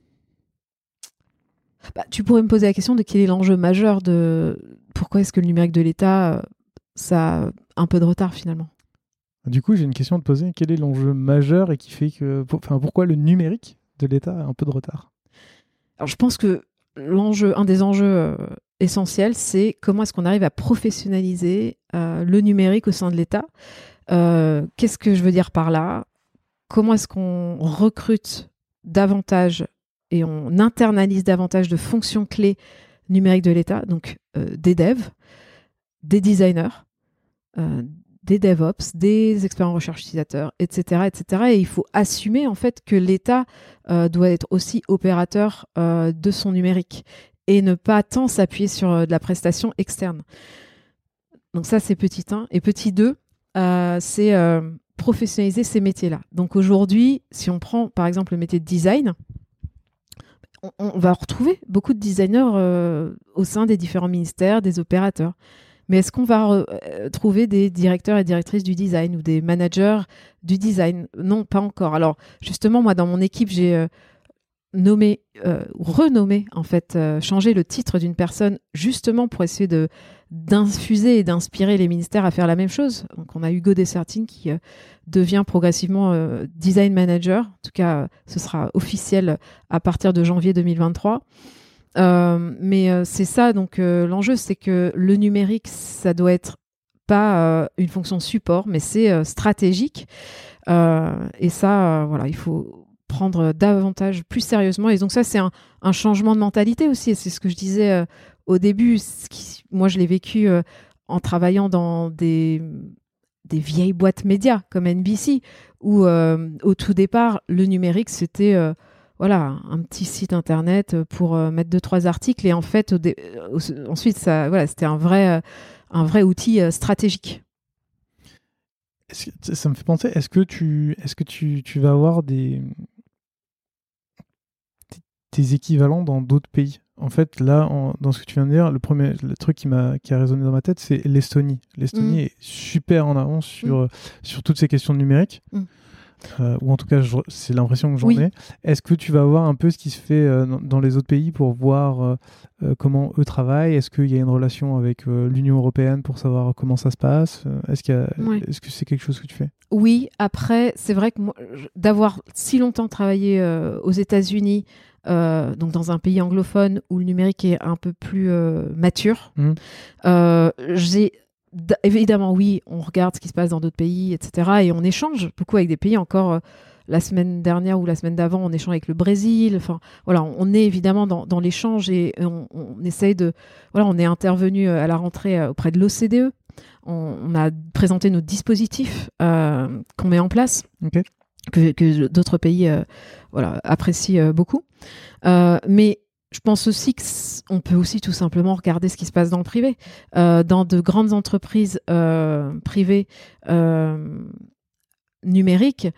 S2: Tu pourrais me poser la question de quel est l'enjeu majeur de pourquoi est-ce que le numérique de l'État, ça a un peu de retard finalement.
S3: Du coup, j'ai une question à te poser. Quel est l'enjeu majeur et qui fait que... pourquoi le numérique de l'État a un peu de retard ?
S2: Alors, je pense que un des enjeux essentiels, c'est comment est-ce qu'on arrive à professionnaliser le numérique au sein de l'État. Qu'est-ce que je veux dire par là ? Comment est-ce qu'on recrute davantage et on internalise davantage de fonctions clés numériques de l'État, donc des devs, des designers, des DevOps, des experts en recherche utilisateur, etc., etc. Et il faut assumer en fait que l'État doit être aussi opérateur de son numérique et ne pas tant s'appuyer sur de la prestation externe. Donc ça, c'est petit 1. Et petit 2, c'est professionnaliser ces métiers-là. Donc aujourd'hui, si on prend par exemple le métier de design, on va retrouver beaucoup de designers au sein des différents ministères, des opérateurs. Mais est-ce qu'on va trouver des directeurs et directrices du design ou des managers du design ? Non, pas encore. Alors, justement, moi, dans mon équipe, j'ai renommé, en fait, changé le titre d'une personne justement pour essayer d'infuser et d'inspirer les ministères à faire la même chose. Donc, on a Hugo Dessertine qui devient progressivement design manager. En tout cas, ce sera officiel à partir de janvier 2023. Mais c'est ça, donc l'enjeu, c'est que le numérique, ça doit être pas une fonction support, mais c'est stratégique. Et ça, voilà, il faut prendre davantage, plus sérieusement. Et donc ça, c'est un changement de mentalité aussi. Et c'est ce que je disais au début. Moi, je l'ai vécu en travaillant dans des vieilles boîtes médias comme NBC, où au tout départ, le numérique, c'était... un petit site internet pour mettre 2-3 articles et en fait ensuite c'était un vrai outil stratégique.
S3: Ça me fait penser, est-ce que tu vas avoir des équivalents dans d'autres pays ? En fait, là, dans ce que tu viens de dire, le truc qui a résonné dans ma tête, c'est l'Estonie. L'Estonie est super en avance sur toutes ces questions de numérique. Ou en tout cas, c'est l'impression que j'en ai. Est-ce que tu vas voir un peu ce qui se fait dans les autres pays pour voir comment eux travaillent ? Est-ce qu'il y a une relation avec l'Union européenne pour savoir comment ça se passe ? Est-ce que c'est quelque chose que tu fais ?
S2: Oui, après, c'est vrai que moi, d'avoir si longtemps travaillé aux États-Unis, donc dans un pays anglophone où le numérique est un peu plus mature, évidemment, oui, on regarde ce qui se passe dans d'autres pays, etc. Et on échange beaucoup avec des pays. Encore la semaine dernière ou la semaine d'avant, on échange avec le Brésil. Enfin, voilà, on est évidemment dans l'échange et on essaye de... Voilà, on est intervenu à la rentrée auprès de l'OCDE. On a présenté nos dispositifs qu'on met en place, que d'autres pays apprécient beaucoup. Mais je pense aussi qu'on peut aussi tout simplement regarder ce qui se passe dans le privé. Dans de grandes entreprises privées numériques,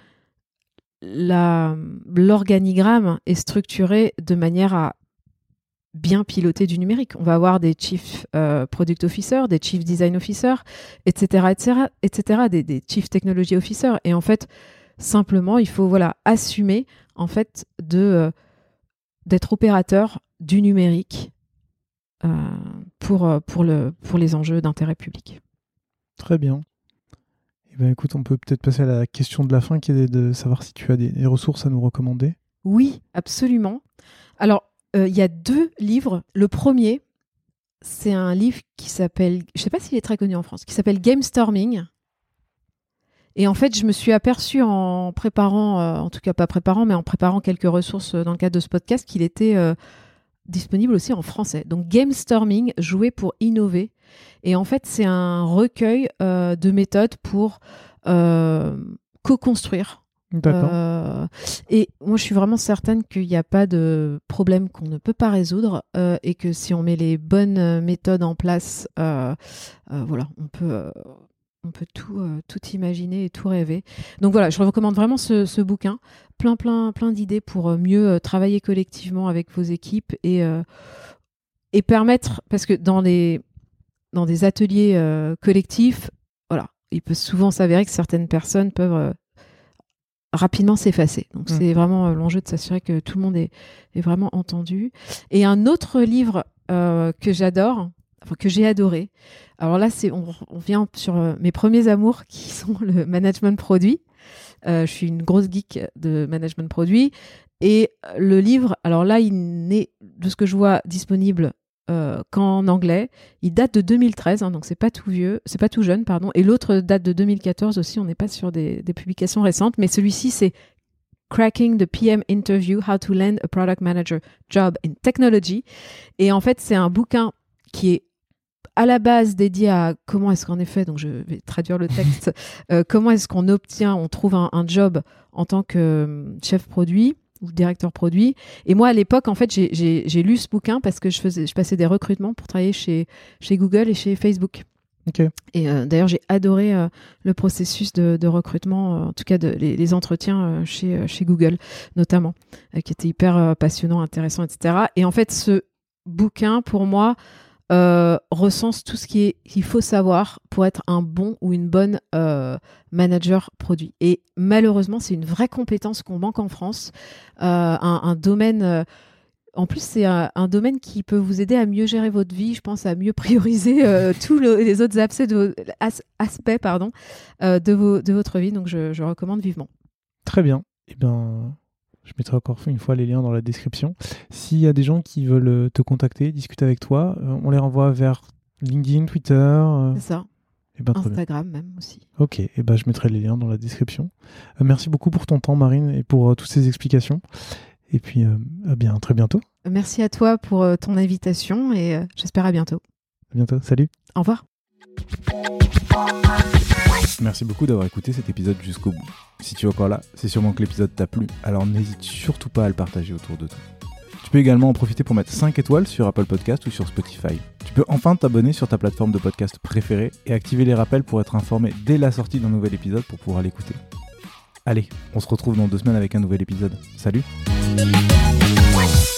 S2: l'organigramme est structuré de manière à bien piloter du numérique. On va avoir des Chief Product Officers, des Chief Design Officers, etc., des Chief Technology Officers. Et en fait, simplement, il faut assumer en fait d'être opérateur du numérique pour les enjeux d'intérêt public.
S3: Très bien. Eh bien, écoute, on peut peut-être passer à la question de la fin, qui est de savoir si tu as des ressources à nous recommander.
S2: Oui, absolument. Alors, il y a 2 livres. Le premier, c'est un livre qui s'appelle, je ne sais pas s'il est très connu en France, qui s'appelle Gamestorming. Et en fait, je me suis aperçue en préparant, en tout cas pas préparant, mais en préparant quelques ressources dans le cadre de ce podcast, qu'il était disponible aussi en français. Donc Gamestorming, jouer pour innover. Et en fait, c'est un recueil de méthodes pour co-construire.
S3: D'accord.
S2: Et moi, je suis vraiment certaine qu'il n'y a pas de problème qu'on ne peut pas résoudre et que si on met les bonnes méthodes en place, on peut tout imaginer et tout rêver. Donc voilà, je recommande vraiment ce bouquin. Plein d'idées pour mieux travailler collectivement avec vos équipes et permettre, parce que dans des ateliers collectifs, il peut souvent s'avérer que certaines personnes peuvent rapidement s'effacer. Donc c'est vraiment l'enjeu de s'assurer que tout le monde est vraiment entendu. Et un autre livre que j'adore, que j'ai adoré. Alors là, on vient sur mes premiers amours qui sont le management produit. Je suis une grosse geek de management produit. Et le livre, alors là, il n'est, de ce que je vois, disponible qu'en anglais. Il date de 2013, donc c'est pas tout jeune, pardon. Et l'autre date de 2014 aussi, on n'est pas sur des publications récentes. Mais celui-ci, c'est Cracking the PM Interview, How to Land a Product Manager Job in Technology. Et en fait, c'est un bouquin qui est à la base dédié à comment est-ce qu'en effet, donc je vais traduire le texte, comment est-ce qu'on trouve un job en tant que chef produit ou directeur produit. Et moi, à l'époque, en fait, j'ai lu ce bouquin parce que je passais des recrutements pour travailler chez Google et chez Facebook.
S3: Okay.
S2: Et d'ailleurs, j'ai adoré le processus de recrutement, en tout cas les entretiens chez Google, notamment, qui était hyper passionnant, intéressant, etc. Et en fait, ce bouquin, pour moi, recense tout ce qu'il faut savoir pour être un bon ou une bonne manager produit. Et malheureusement, c'est une vraie compétence qu'on manque en France. Un domaine... en plus, c'est un domaine qui peut vous aider à mieux gérer votre vie, je pense, à mieux prioriser tous les autres aspects de votre vie. Donc, je recommande vivement.
S3: Très bien. Eh bien... Je mettrai encore une fois les liens dans la description. S'il y a des gens qui veulent te contacter, discuter avec toi, on les renvoie vers LinkedIn, Twitter.
S2: C'est ça. Instagram même aussi.
S3: Ok, et je mettrai les liens dans la description. Merci beaucoup pour ton temps, Marine, et pour toutes ces explications. Et puis, à très bientôt.
S2: Merci à toi pour ton invitation et j'espère à bientôt.
S3: À bientôt, salut.
S2: Au revoir.
S1: Merci beaucoup d'avoir écouté cet épisode jusqu'au bout. Si tu es encore là, c'est sûrement que l'épisode t'a plu, alors n'hésite surtout pas à le partager autour de toi. Tu peux également en profiter pour mettre 5 étoiles sur Apple Podcast ou sur Spotify. Tu peux enfin t'abonner sur ta plateforme de podcast préférée et activer les rappels pour être informé dès la sortie d'un nouvel épisode pour pouvoir l'écouter. Allez, on se retrouve dans 2 semaines avec un nouvel épisode. Salut!